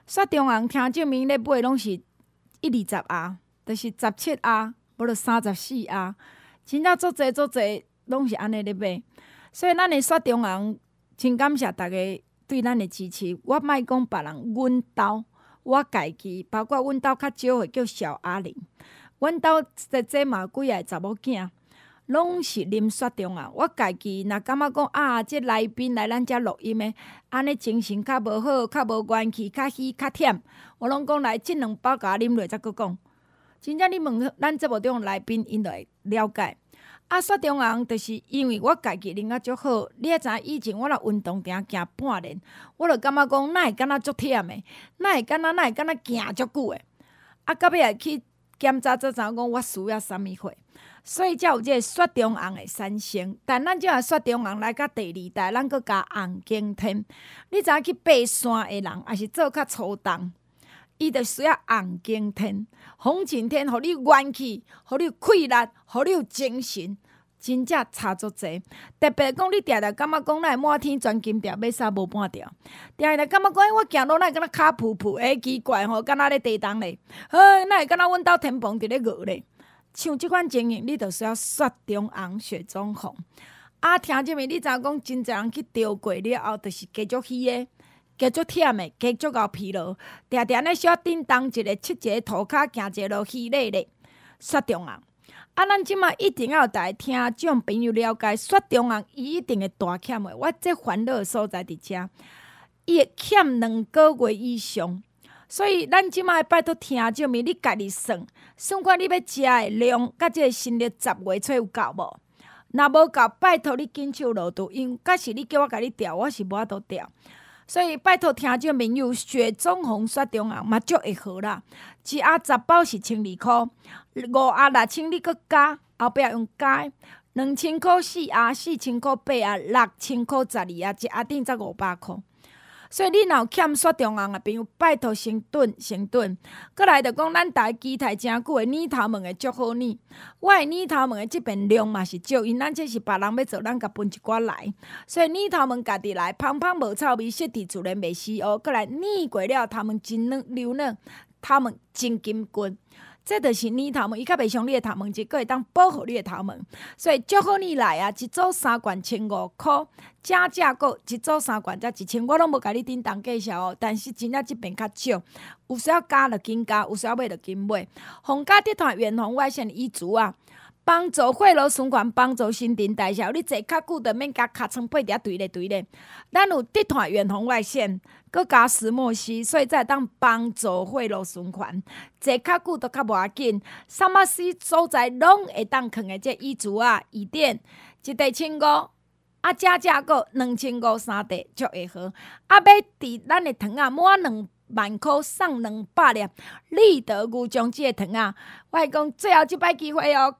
雪中红听证明咧买拢是120盒，就是17盒，无就34盒，真正足侪拢是安尼咧买。所以咱的雪中红真感谢大家对咱的支持。我莫讲别人，阮兜我家己，包括阮兜较少岁叫小阿玲，阮兜这嘛几个查某囝，拢是啉雪中红。我家己若感觉讲即来宾来咱遮录音的，安尼精神较无好，较无元气，较虚较忝，我拢讲来即2包甲我啉落才佫讲。真正你问咱节目中来宾，因就会了解。雪中红就是因为我家己啉啊足好，你也知影以前我若运动定行半年，我就感觉讲哪会敢若足忝的，哪会敢若行足久的。到尾来去检查才知影讲我需要啥物货，所以才有这个雪中红的产生。但咱即个雪中红来到第2代，咱佫加红景天。你知影去爬山的人，也是做较粗重，伊就需要红景天、风晴天，互你元气，互你有气力，互你有精神。真正差足济，特别讲你定定感觉讲，咱满天钻金条，要啥无半条。定定感觉讲，我行路咱会敢若骹噗噗，奇怪吼，敢若咧地动咧，哪会敢若阮兜天棚伫咧饿咧？像即款情形，你就需要雪中红、雪中红。听即面，你知影讲，真侪人去钓过了后，就是加足虚的，加足忝的，加足够疲劳，定定咧需要叮当一个，七一个涂骹，行一个路虚累咧，雪中红。咱即马一定要大家听众朋友了解，雪中红伊一定会大欠的。我这烦恼的所在伫遮，伊会欠2个月以上，所以咱即马拜托听众们，你家己算看你要食的量，甲即个新历10月初有够无？若无够，拜托你紧手落肚，因为假使你叫我甲你调，我是无法度调。所以拜托听众朋友，雪中红、雪中红嘛足会好啦。1盒10包是12箍，5盒6000你搁加，后壁用加2000箍4盒，4000箍8盒，6000箍12盒，1盒顶才500箍。所以你若有欠雪中红的朋友，拜托先顿。过来就讲，咱大家期待真久的年头问的足好呢。我的年头问的即边量嘛是少，因咱这是别人要做，咱甲分一寡来。所以年头问家己来，芳芳无臭味，色地自然袂死乌。过来年过了，头毛真溜嫩，头毛真金滚。这就是年头毛，伊较袂伤你的头毛，就佫会当保护你的头毛。所以足好你来啊！一组3罐1500箍，正个一组3罐才1000，我拢无甲你叮当介绍哦。但是真正即边较少，有需要加就紧加，有需要买就紧买。红家集团远红外线医足啊，帮助血流循环，帮助新陈代谢。你坐较久就免甲尻川背伫遐堆咧。咱有集团远红外线，佮加石墨烯，所以才会当帮助血流循环。坐较久都较无要紧，啥物事所在拢会当囥的。这医足啊，椅垫一袋1500，正个2500、3袋足会好。买伫咱的糖啊，满2万箍送200粒立德牛浆子的糖啊！我是讲最后一摆机会哦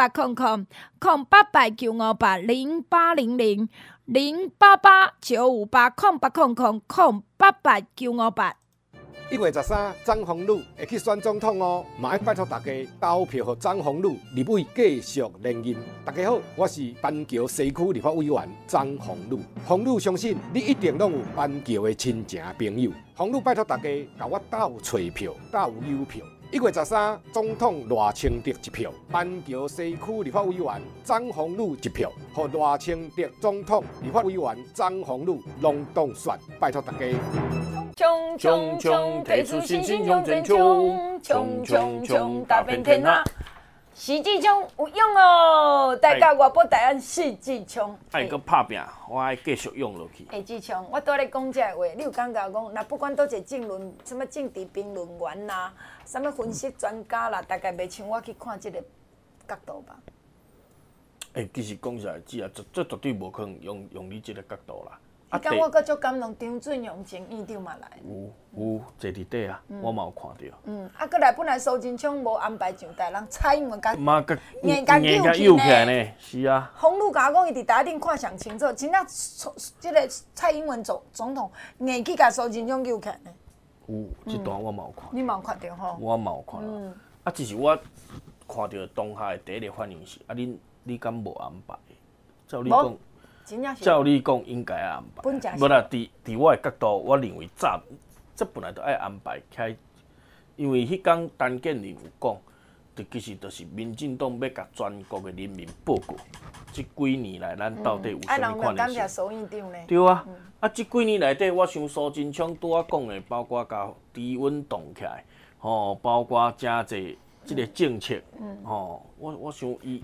，0800-058-958-0800。088-958-0800-088958。 1月13，张宏宇会去选总统哦，嘛要拜托大家投票给张宏宇立委继续连任。大家好，我是板桥西区立法委员张宏宇。宏宇相信你一定拢有板桥的亲情朋友。宏宇拜托大家甲我斗找票，斗邮票。1月13，总统赖清德1票，板桥西区立法委员张宏宇1票，和赖清德总统立法委员张宏宇拢当选，拜托大家。 冲冲冲，提出新兴勇争冲！冲冲冲，打遍天下。四季冲有用哦！大家外部台湾四季冲。 爱搁拍拼，我爱继续用落去。 四季冲，我拄咧讲这话，你有感觉讲，那不管倒一个政论，什么政治评论员啦，什么分析专家啦，大概袂像我去看这个角度吧。 其实讲实在，这绝对无可能用你这个角度啦。 你讲我阁足感动，张俊荣前院长嘛来。 有坐伫底啊，我嘛有看到。 过来本来苏贞昌无安排上台，人蔡英文甲硬救起来呢，是啊。 洪路甲我讲，伊伫台顶看上清楚，真正即个蔡英文总统硬去甲苏贞昌救起来呢。 有，这段我嘛有看。 你嘛有看到吼？ 我嘛有看到。只是我看到当下的第一个反应是，你敢无安排？照你讲，照你讲应该安排。无啦，伫我的角度，我认为这本来就爱安排开，因为迄天陈建仁有讲，其实就是民进党要甲全国的人民报告，这几年来咱到底有啥物款的事？ 苏院长呢？ 对啊，这几年内底，我想苏贞昌拄仔讲的，包括甲低温冻起来，包括真侪即个政策，我想伊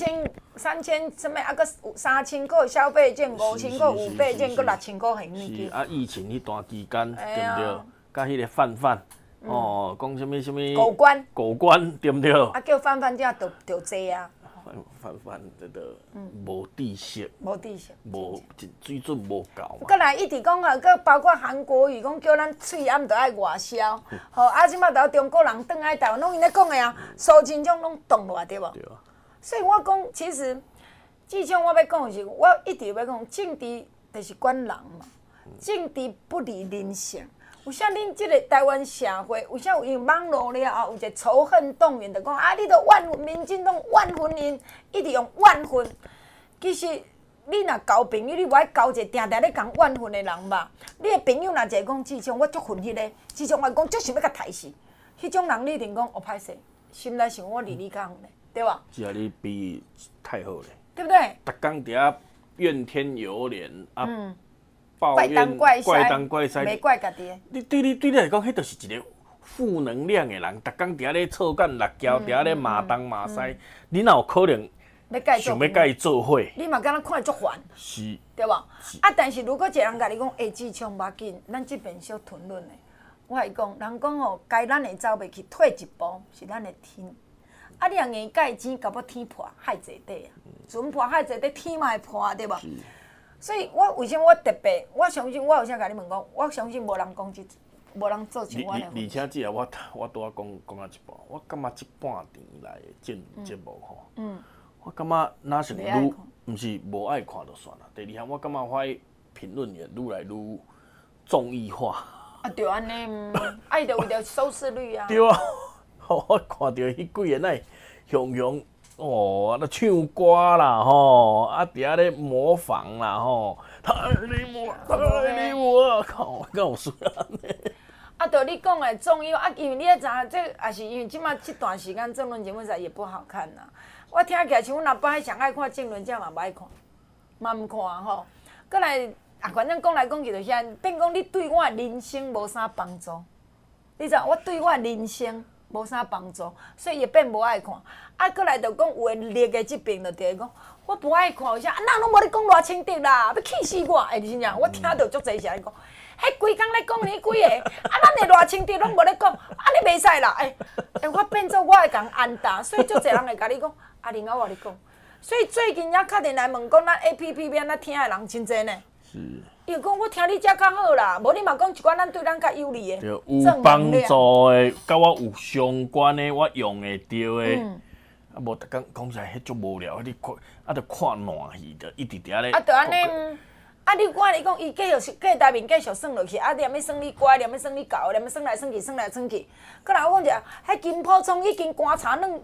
3000什么啊？个3000个消费券，5000个5倍券，个6000个现金。 是疫情迄段期间，对毋对？甲迄个范，讲什么过关，对毋对？ 叫范这就坐啊。 范这个无知识，无水准无够嘛。 过来一直讲啊，佮包括韩国瑜讲叫咱喙暗着爱外销，即摆着中国人转来台湾，拢因咧讲的啊，苏贞昌拢动落对无？对啊。所以我讲，其实志昌我要讲的是，我一直要讲，政治就是管人嘛，政治不离人性。有啥恁即个台湾社会，有啥有用网络了后，有一个仇恨动员，就讲啊，你着万分民进党万分因，一直用万分。其实你若交朋友，你无爱交一个定定咧讲万分的人吧？你的朋友若一个讲志昌，我足恨迄个，志昌我讲足想要甲刣死，迄种人你一定讲哦歹势，心内想我离你较远咧，对吧？ 只要你比太好咧， 对不对？ 逐工伫遐怨天尤怜啊。 怪东怪西， 袂怪家己。 你对你来讲，迄就是一个负能量的人，逐工伫遐咧操干辣椒，伫遐咧骂东骂西，你哪有可能想要甲伊做伙？ 你嘛敢若看伊足烦， 是， 对无？啊，但是如果一个人甲你讲，志昌无要紧，咱即边小吞论的，我会讲，人讲哦，该咱会走袂去，退一步是咱的天。啊，你若硬甲伊钱，搞要天破海坐底啊，船破海坐底，天嘛会破，对无？所以我为什么我特别，我相信我有啥甲你问讲，我相信无人讲无人做像我的。 而且只我拄仔讲啊一步，我感觉这半年来的政治节目吼，我感觉若是愈，毋是无爱看就算啦。第二项，我感觉我评论也愈来愈综艺化。 啊，对安尼，伊就为着收视率啊。 对啊，我看到迄几个那雄。那唱歌啦吼，伫遐咧模仿啦吼，你模，靠，敢有输啊？ 啊，就你讲的综艺啊，因为你也知影，这也是因为即马这段时间政论节目实在也不好看呐。我听起来像阮阿爸上爱看政论，这嘛无爱看，嘛毋看吼。过来啊，反正讲来讲去就是安，变讲你对我的人生无啥帮助。你知道，我对我的人生无啥帮助，所以也变无爱看。啊，过来就讲有诶劣的即边就对讲，我不爱看，有啥？哪拢无咧讲偌清德啦，要气死我！真正，我听到足侪是安尼讲，迄规工咧讲你几个，咱诶偌清德拢无咧讲，你袂使啦！我变做我会共安踏，所以足侪人会甲你讲，另外我你讲，所以最近也确定来问讲，咱 APP 要安怎听诶人真侪呢？是。伊讲我听你遮较好啦，无你嘛讲一寡咱对咱较有利诶， 有帮助诶，甲我有相关诶，我用会着诶。啊，无逐工讲起来，迄足无聊，你看，啊，着看烂戏，着一直伫遐咧。 啊，着安尼，你看你讲，伊继续台面继续算落去，念要算你乖，念要算你教，念要算来算去，算来算去。过来我讲者，迄金普聪已经观察弄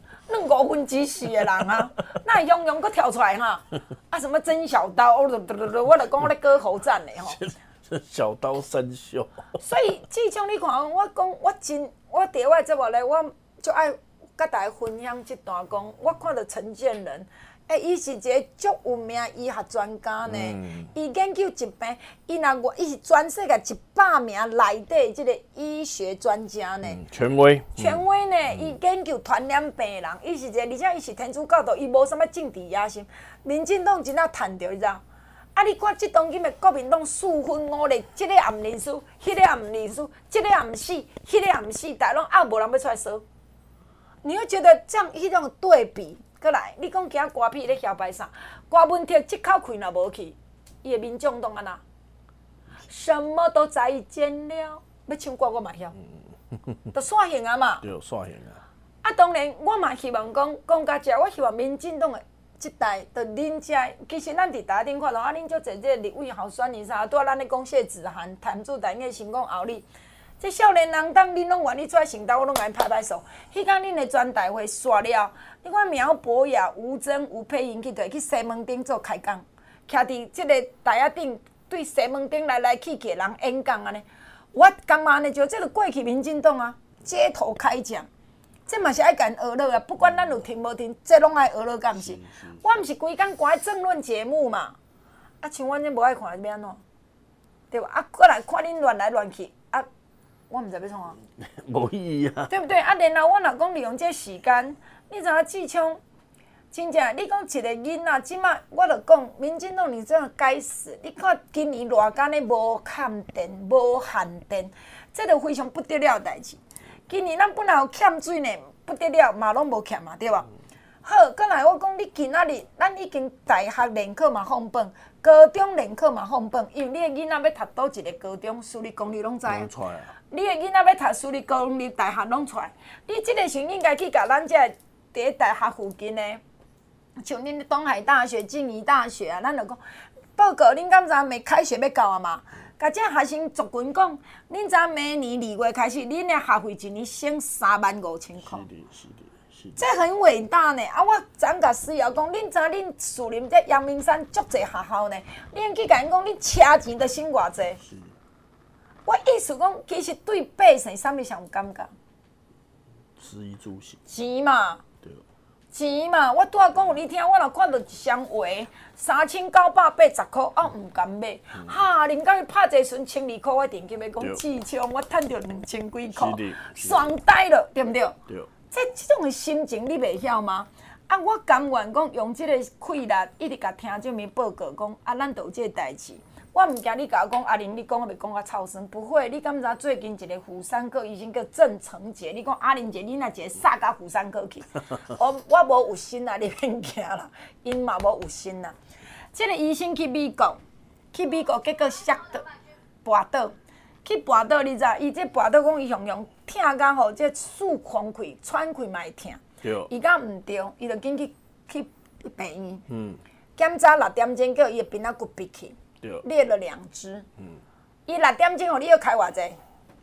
4%的人啊，那庸庸搁跳出来哈？啊，什么曾小刀，我就讲我咧割喉战的吼。 小刀生锈。 所以，志昌，你看，我讲我伫我节目咧，我就爱。甲大家分享这段讲，我看到陈建仁，伊是一个足有名医学专家呢。伊研究疾病，伊是全世界100名内底即个医学专家呢。 权威呢，伊研究传染病人，伊是一个，而且伊是天主教徒，伊无啥物政治野心。民进党真正趁着，你知道？啊，你看即当今的国民党4分5裂，即个也毋认输，迄个也毋认输，即个也毋死，迄个也毋死，但拢无人要出来说。你会觉得这样迄种对比，过来，你讲惊瓜皮咧嚣摆啥？瓜文铁一口气若无去，伊的民众党安那？什么都再见了，要唱歌我嘛晓，就煞型啊嘛。 对，煞型啊。 啊，当然我嘛希望讲到遮，我希望民进党的即代，就恁遮，其实咱伫台顶看到啊，恁足侪这立委候选人啥，拄仔咱咧讲谢子涵、谭主台个成功后哩。这少年人当恁拢愿意出来承担，我拢甲因拍拍手。迄天恁的全代会煞了，你看苗博雅、吴峥、吴佩莹去西门町做开讲，徛伫即个台仔顶对西门町来去的人演讲安尼。 我感觉安尼就这个过去民进党啊，街头开讲，这嘛是爱甲因学乐啊。不管咱有听无听，这拢爱学乐，敢毋是？我毋是规工挂政论节目嘛，啊，像阮这无爱看，要安怎？对吧？啊，过来看恁乱来乱去，啊，我毋知要创啊。 无意义啊。 对不对？啊，然后我若讲利用这时间，你知影志昌？真正，你讲一个囡仔，即摆我著讲，民进党你真的该死！你看今年偌干的无欠电、无限电，这著非常不得了的代志。今年咱本来有欠水呢，不得了，嘛拢无欠嘛，对吧？好，过来我讲你今仔日，咱已经大学联考嘛放榜，高中联考嘛放榜，因为你的囡仔要读倒一个高中，私立公立拢知。你的囡仔要读私立公立大学拢出来，你即个时候应该去甲咱这伫大学附近的。像恁东海大学、静宜大学啊，咱就讲报告，恁敢知没开学要到啊嘛？甲这学生族群讲，恁知明年2月开始，恁的学费一年省35000块。是的。这很伟大呢！啊，我昨甲师瑶讲，恁知恁树林这阳明山足侪学校呢，恁去甲因讲，恁车钱都省偌济。我意思讲，其实对百姓啥物上有感觉？ 食衣住行。 钱嘛。钱嘛，我拄仔讲互你听，我若看到一双鞋3980块，我毋甘买。哈，人家去拍一船12块，我电击要讲志昌，我趁着2000几块，爽呆了，对不对？ 对。 这种的心情你袂晓吗？啊，我甘愿讲用这个气力，一直甲听这面报告讲，啊，咱就有这个代志。我毋惊你甲我讲，阿玲，你讲我袂讲我臭酸，不会。你敢知最近一个妇产科医生叫郑成杰？你讲阿玲姐，你若一个杀到妇产科去，我无有心啦，你免惊啦，因嘛无有心啦。这个医生去美国，结果摔倒，跋倒，去跋倒，你知？伊这跋倒讲伊常常疼到吼，这四空气喘气嘛会疼。 对。 伊敢毋对，伊就紧去病院。检查6点钟，叫伊的鼻仔骨闭去。裂了2只，伊6点钟，你要开偌济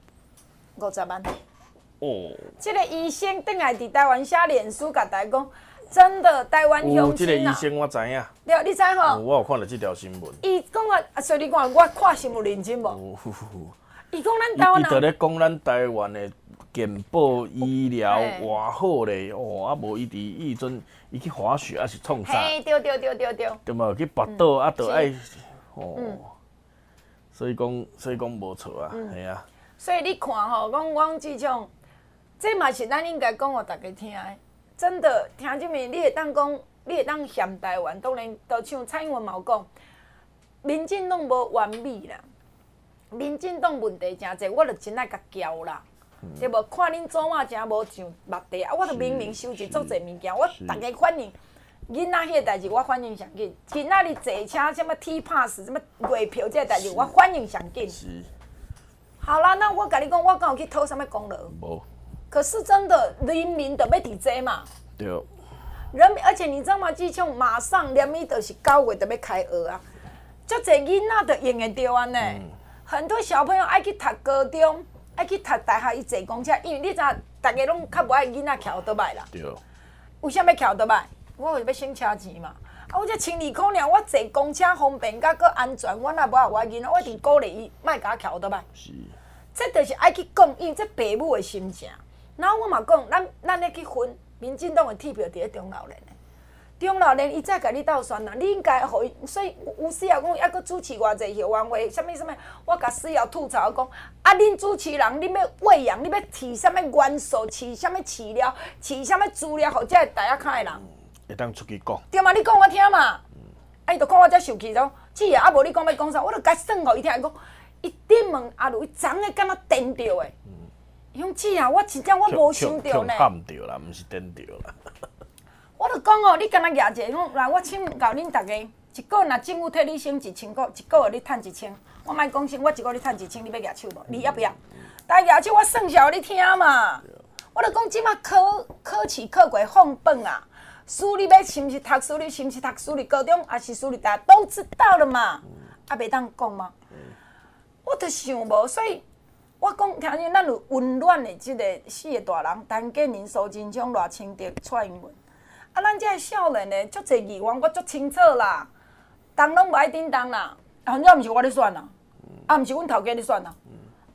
？50万。哦。这个医生等来伫台湾写脸书，甲大家讲，真的台湾乡亲啊。 有这个医生我知影。 对，你知吼？ 我有看到这条新闻。 伊讲啊，所以你看我看新闻认真无？伊讲咱台湾人。 伊伫咧讲咱台湾的健保医疗偌好咧，哦，啊无伊阵伊去滑雪还是创啥？ 嘿，对。 对嘛，去跋倒啊，着爱。哦，所以讲无错啊，系啊。 所以你看吼，讲这种，这嘛是咱应该讲互大家听的。真的，听这面你会当讲，你会当嫌台湾，当然，就像蔡英文嘛有讲，民进党无完美啦，民进党问题真侪，我着真爱甲交啦。对无？看恁祖妈真无上目地啊，我着明明收集足侪物件，我大家反映。囡仔迄个代志，我反应上紧。今仔日坐车，什么 T pass， 什么月票这个代志，我反应上紧。是。好啦，那我甲你讲，我敢有去讨什么功劳？无。可是真的，人民就要伫这嘛。 对。 而且你知道吗？志昌马上连米就是9月就要开学啊，足侪囡仔就用会着安尼。很多小朋友爱去读高中，爱去读大学，伊坐公车，因为你知影，大家拢较无爱囡仔徛倒摆啦。 对。 为啥要徛倒摆？我是要省车钱嘛，啊！我这12块尔，我坐公车方便，甲搁安全，我若无爱我囡仔，我一定鼓励伊，莫甲我徛倒摆。是。这就是爱去讲，因为这父母的心情。然后我嘛讲，咱咧去分民进党的铁票伫咧中老年的，中老年伊再甲你斗选啦，你应该互伊。所以有时啊讲，还搁主持偌济校园会，什么，我甲师瑶吐槽讲，啊，恁主持人，恁要喂养，你要饲什么元素，饲什么饲料，饲什么资料，互这大家看的人。 会当出去讲， 对嘛？你讲我听嘛，啊，伊就看我遮受气咯。姊啊，无你讲要讲啥，我就甲算互伊听。伊讲，伊顶问阿如，伊昨个敢若电着的。伊讲姊啊，我真正我无想着呢。 喊着啦，毋是电着啦。 我就讲哦，你敢若举一个，讲来我请教恁大家，一个若政府替你省1000块，一个月你趁1000，我莫讲省，我一个月你趁1000，你要举手无？你要不要？大家举手，我算下互你听嘛。我就讲即马考试考过放榜啊。私立要是毋是读私立，是毋是读私立高中，还是私立大学，都知道了嘛？啊，袂当讲吗？我就想无，所以我讲，听见咱有温暖的即个4个大人，陈建仁、苏贞昌、赖清德、蔡英文。啊，咱这少年的足侪议员，我足清楚啦，动拢无爱叮当啦。反正毋是我咧选啦，啊，毋是阮头家咧选啦。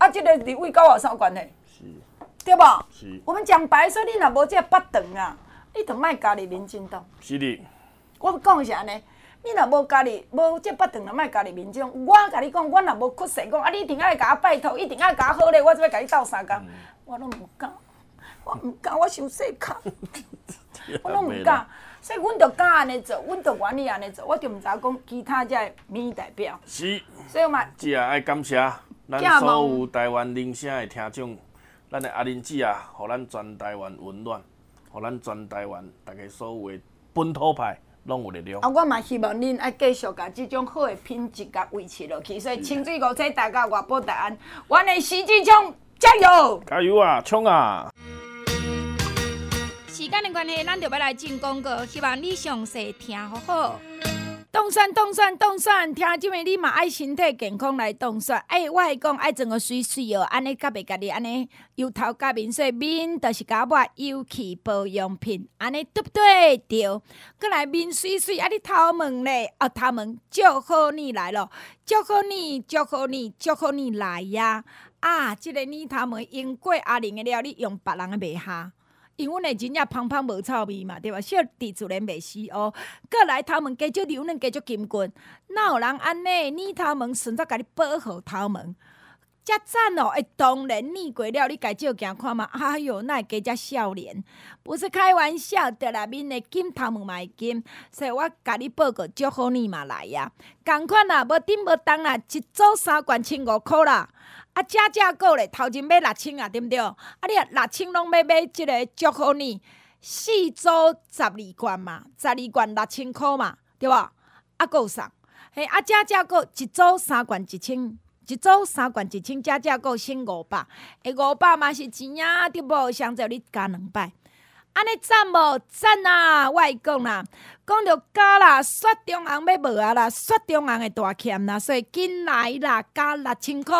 啊，这个立委跟我有啥关系？ 是， 对不？ 是。 我们讲白说，你若无这八长啊，你就莫加入民进党。 是的。 我讲的是安尼，你若无加入，无这八长，就莫加入民进党。我甲你讲，我若无屈势讲，啊，你一定爱甲我拜托，一定爱甲我好咧，我才要甲你斗相共。我拢唔敢，我唔敢，我伤细卡，我拢唔敢。所以，阮就敢安尼做，阮就愿意安尼做，我就唔知讲其他这民意代表。 是。 所以嘛， 只也爱感谢咱所有台湾铃声的听众，咱的阿玲姐啊，互咱全台湾温暖，互咱全台湾大家所有的本土派拢有力量。 啊，我嘛希望恁爱继续甲这种好的品质甲维持落去。所以，清水五彩大家外保大安，阮的徐志聪加油！ 加油啊，冲啊！ 时间的关系，咱就要来进广告，希望你详细听好好。冻蒜，听即面你嘛爱身体健康来冻蒜。我会讲爱整个水水哦，安尼甲袂家己安尼油头甲面水，面就是甲抹油气保养品，安尼对不对？对。过来面水水，啊你头毛咧，头毛祝好你来咯，祝好你来呀！即个你头毛用过阿玲的了，你用别人的袂下。因为阮的真正芳芳无臭味嘛，对吧？小弟自然袂死哦。过来头毛加少流嫩，加少金棍，哪有人安尼？你头毛顺则甲你保护头毛，遮赞哦！当然腻过了，你家照镜看嘛。哎哟，哪会加遮少年？不是开玩笑的啦，面的金头毛嘛会金，所以我甲你报告，祝好你嘛来呀！共款啦，无顶无动啦，一组3罐1,500啦。食个咧，头前买6,000啊，对不对？你6,000拢要买即个祝好你，4组12罐嘛，12罐6,000块嘛，对吧？还有送，食个一组3罐1,000，一组3罐1,000，食个省500，下500嘛是钱啊，对无？上侪你加2摆。安尼赞无赞啊！我会讲啦，讲着加啦，雪中红要无啊啦，雪中红的大欠啦，所以紧来啦，加6,000块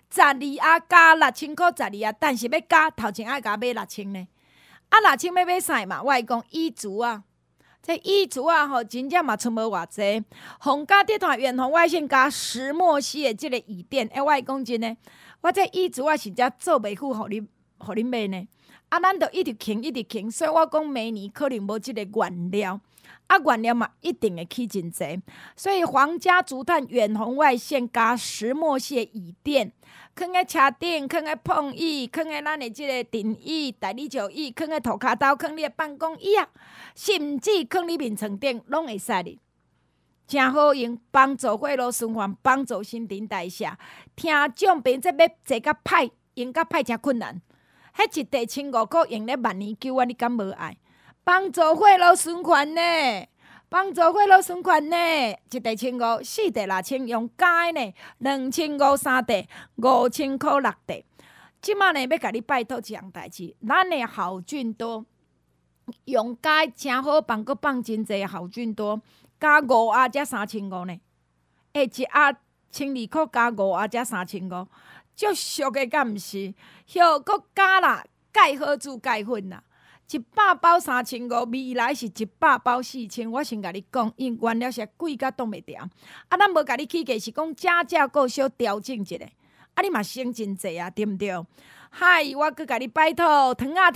，12啊加6,000块12啊，但是要加头前爱甲买6,000呢。6,000要买啥嘛？我会讲衣橱啊，这衣橱啊吼，真正嘛出无偌济。红家集团远红外线加石墨烯的即个椅垫，我会讲真诶，我这衣橱啊是只做袂赴，互恁买呢。咱就一直扛，所以我讲明年可能无即个原料，原料嘛一定会起真济。所以皇家竹炭远红外线加石墨烯椅垫，放在车顶，放在碰椅，放在咱的即个电椅、大理石椅，放在涂骹兜，放你的办公椅啊，甚至放你面床顶，拢会使哩。真好用，帮助血路循环，帮助新陈代谢。听众朋友这要坐甲歹，用甲歹真困难。迄一地1,500块用咧万年9啊，你敢无爱？帮助血路循环呢？帮助血路循环呢？一地1,500，4地6,000，用加呢2,500 3地，5,000块6地。即马呢要甲你拜托一项代志，咱的好菌多用加真好，放搁放真济好菌多，加5盒才3,500呢。一盒1,200块加5盒才3,500。足俗的，敢毋是？又搁加啦，钙好珠钙粉啦，100包3,500，未来是100包4,000。我先甲你讲，因原料是贵甲挡袂牢。咱无甲你起价，是讲价个小调整一下。你嘛省真济啊，对毋对？嗨，我搁甲你拜托，糖啊，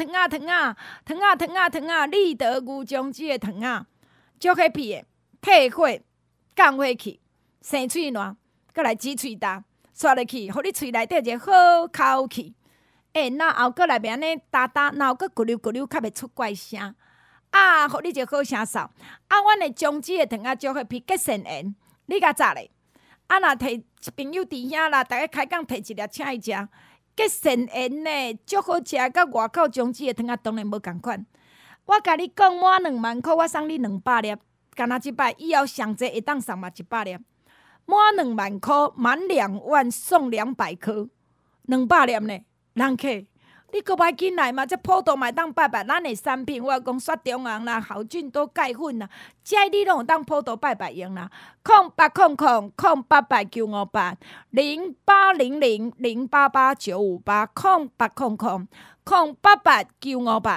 立德牛樟芝的糖啊，足 happy 的，退火、降火气、生喙烂，搁来止喙焦。刷落去，互你喙内底一个好口气。那后搁内面安尼哒哒，然后搁咕溜咕溜，较袂出怪声。互你一个好声嗽。阮的姜子的糖仔足许皮结肾炎，你甲炸咧。若摕朋友伫遐啦，逐个开讲摕一粒请伊食。结肾炎呢，足好食，甲外口姜子的糖仔当然无共款。我甲你讲，满2万块，我送你200粒，干那即摆以后上济会当送嘛100粒。满2万块，满2万送200颗，200粒呢。人客，你搁歹紧来嘛？这普渡嘛当拜拜，咱的产品我讲雪中红啦、好菌多钙粉啦，这你拢有当普渡拜拜用啦。0800-088-958，0800-088-958，0800-088-958。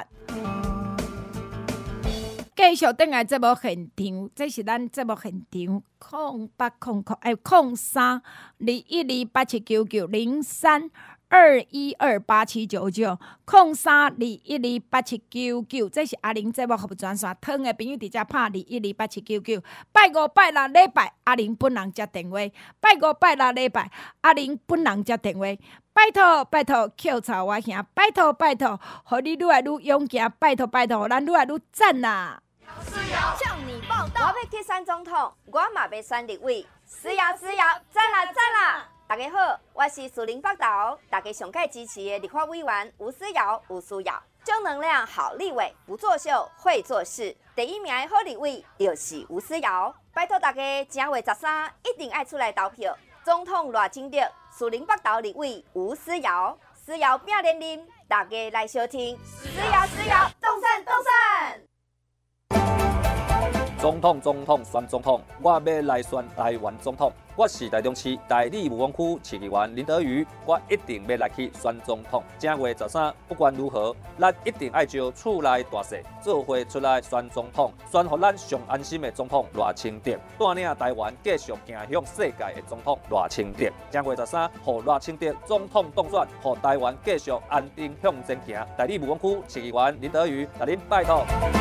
继续等来节目现场，这是咱节目现场，0800-03-212-879903 02-212-8799，03-212-8799，这是阿玲节目服务专线，汤的朋友直接拍212-8799。拜五拜六礼拜，阿玲本人接电话。拜五拜六礼拜，阿玲本人接电话。拜托拜托，扣槽我兄，拜托拜托，互你愈来愈勇行，拜托拜托，互咱愈来愈赞啦！ 向你报道，我要去选总统，我嘛要选立委，是呀，赞啦赞啦！大家好，我是树林北投，大家上届支持的立法委员吴思瑶，正能量好立委，不作秀会做事，第一名的好立委就是吴思瑶。拜托大家正月13一定爱出来投票，总统赖清德，树林北投立委吴思瑶，思瑶拼连任，大家来收听，思瑶，动算！ 总统选总统，我要来选台湾总统。我是台中市大理武王区市议员林德瑜，我一定要来去选总统。正月13，不管如何，咱一定爱招厝内大细，做伙出来选总统，选予咱上安心的总统赖清德，带领台湾继续行向世界的总统赖清德。正月13，予赖清德总统当选，予台湾继续安定向前行。大理武王区市议员林德瑜，来您拜托。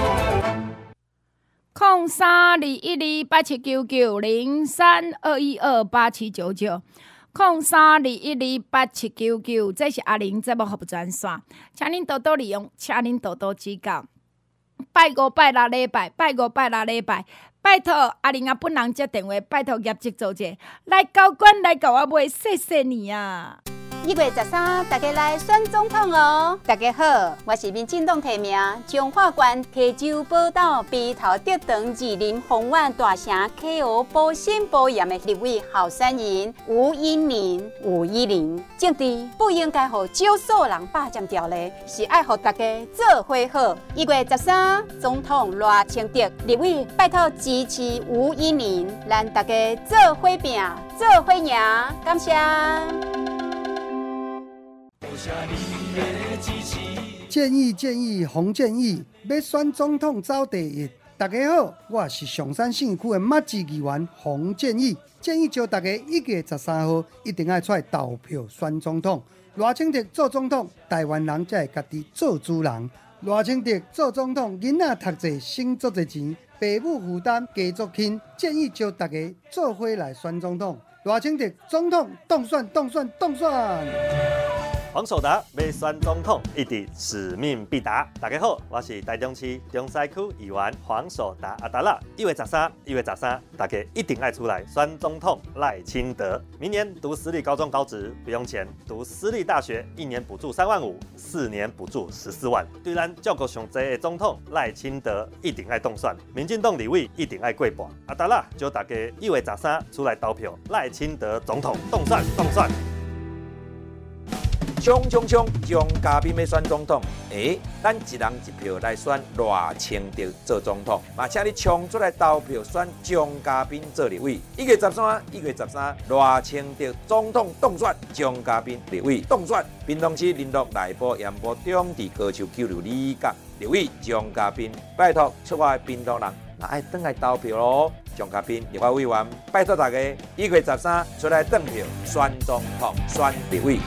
03-212-8799，03-212-8799，这是阿玲节目服务专线，请您多多利用，请您多多指教。拜五拜六礼拜，拜托阿玲本人接电话，拜托业绩组者来交关来甲我买，谢你啊 ！1月13，大家来选总统哦！大家好，我是民进党提名彰化县溪州宝岛鼻头竹塘二林丰苑大城 KO 保心保严的立委候选人吴依林，政治不应该让少数人霸占掉的，是爱让大家做伙好。1月13，总统赖清德立委拜托支持吴依林，咱大家做伙拼，做伙赢，感谢。 建议洪建议要选总统走第一。大家好，我是上山信义区的马志议员洪建议招大家1月13号一定要出来投票选总统。赖清德做总统，台湾人才会家己做主人。赖清德做总统，囡仔读册省足侪钱，父母负担加足轻。建议招大家做伙来选总统。赖清德总统当选！ 黄守达要选总统，一定使命必达。大家好，我是台中市中西区议员黄守达阿达拉。1月13，大家一定爱出来选总统赖清德。明年读私立高中高职不用钱，读私立大学1年补助3万5，4年补助14万。对咱照顾上济的总统赖清德一定爱当选，民进党立委一定爱过半。阿达拉叫大家1月13出来投票，赖清德总统当选。 冲！蒋嘉宾要选总统，咱一人一票来选赖清德做总统，嘛，请你冲出来投票选蒋嘉宾做立委。1月13，赖清德总统当选，蒋嘉宾立委当选。屏东市林鹿内埔盐埔中地高球9路里角立委蒋嘉宾，拜托出外屏东人，那爱转来投票咯。蒋嘉宾立法委员，拜托大家1月13出来投票选总统、选立委。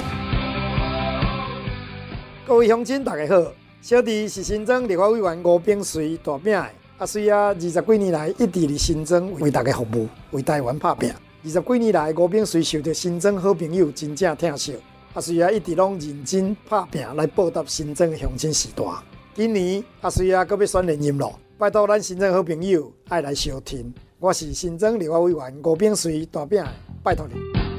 各位乡亲，大家好，小弟是新庄立法委员吴秉随大饼的，随20几年来一直伫新庄为大家服务，为台湾拍拼。20几年来，吴秉随受到新庄好朋友真正疼惜，随一直拢认真拍拼来报答新庄的乡亲时代。今年随阁要选连任咯，拜托咱新庄好朋友爱来相挺。我是新庄立法委员吴秉随大饼的，拜托你。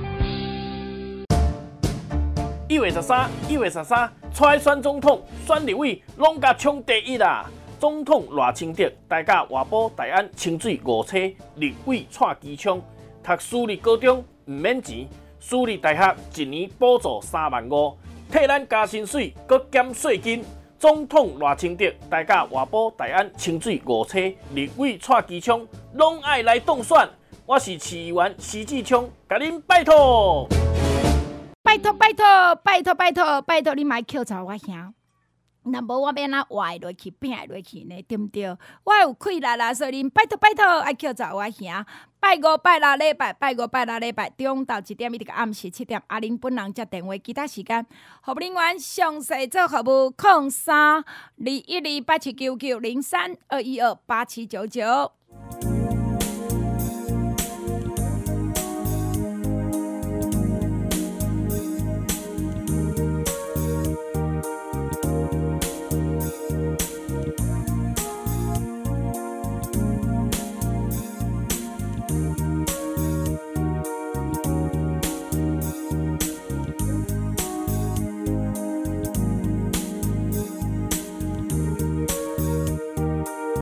1月13，出来选总统、选立委，拢甲冲第一啦！总统赖清德，大家活保大安清水5车，立委蔡基昌，读私立高中唔免钱，私立大学1年补助3万5，替咱加薪水，搁减税金。总统赖清德，大家活保大安清水5车，立委蔡基昌，拢爱来当选。我是市议员徐志昌，甲恁拜托。拜托，你莫扣槽我兄。 若无我要安怎活会落去，拼会落去呢？对毋对？我有气力啦，所以恁拜托，爱叫做我兄。拜五拜六礼拜，中昼1点一直到暗时7点，阿玲本人接电话，其他时间服务人员详细做服务，03-212-8799 03-212-8799。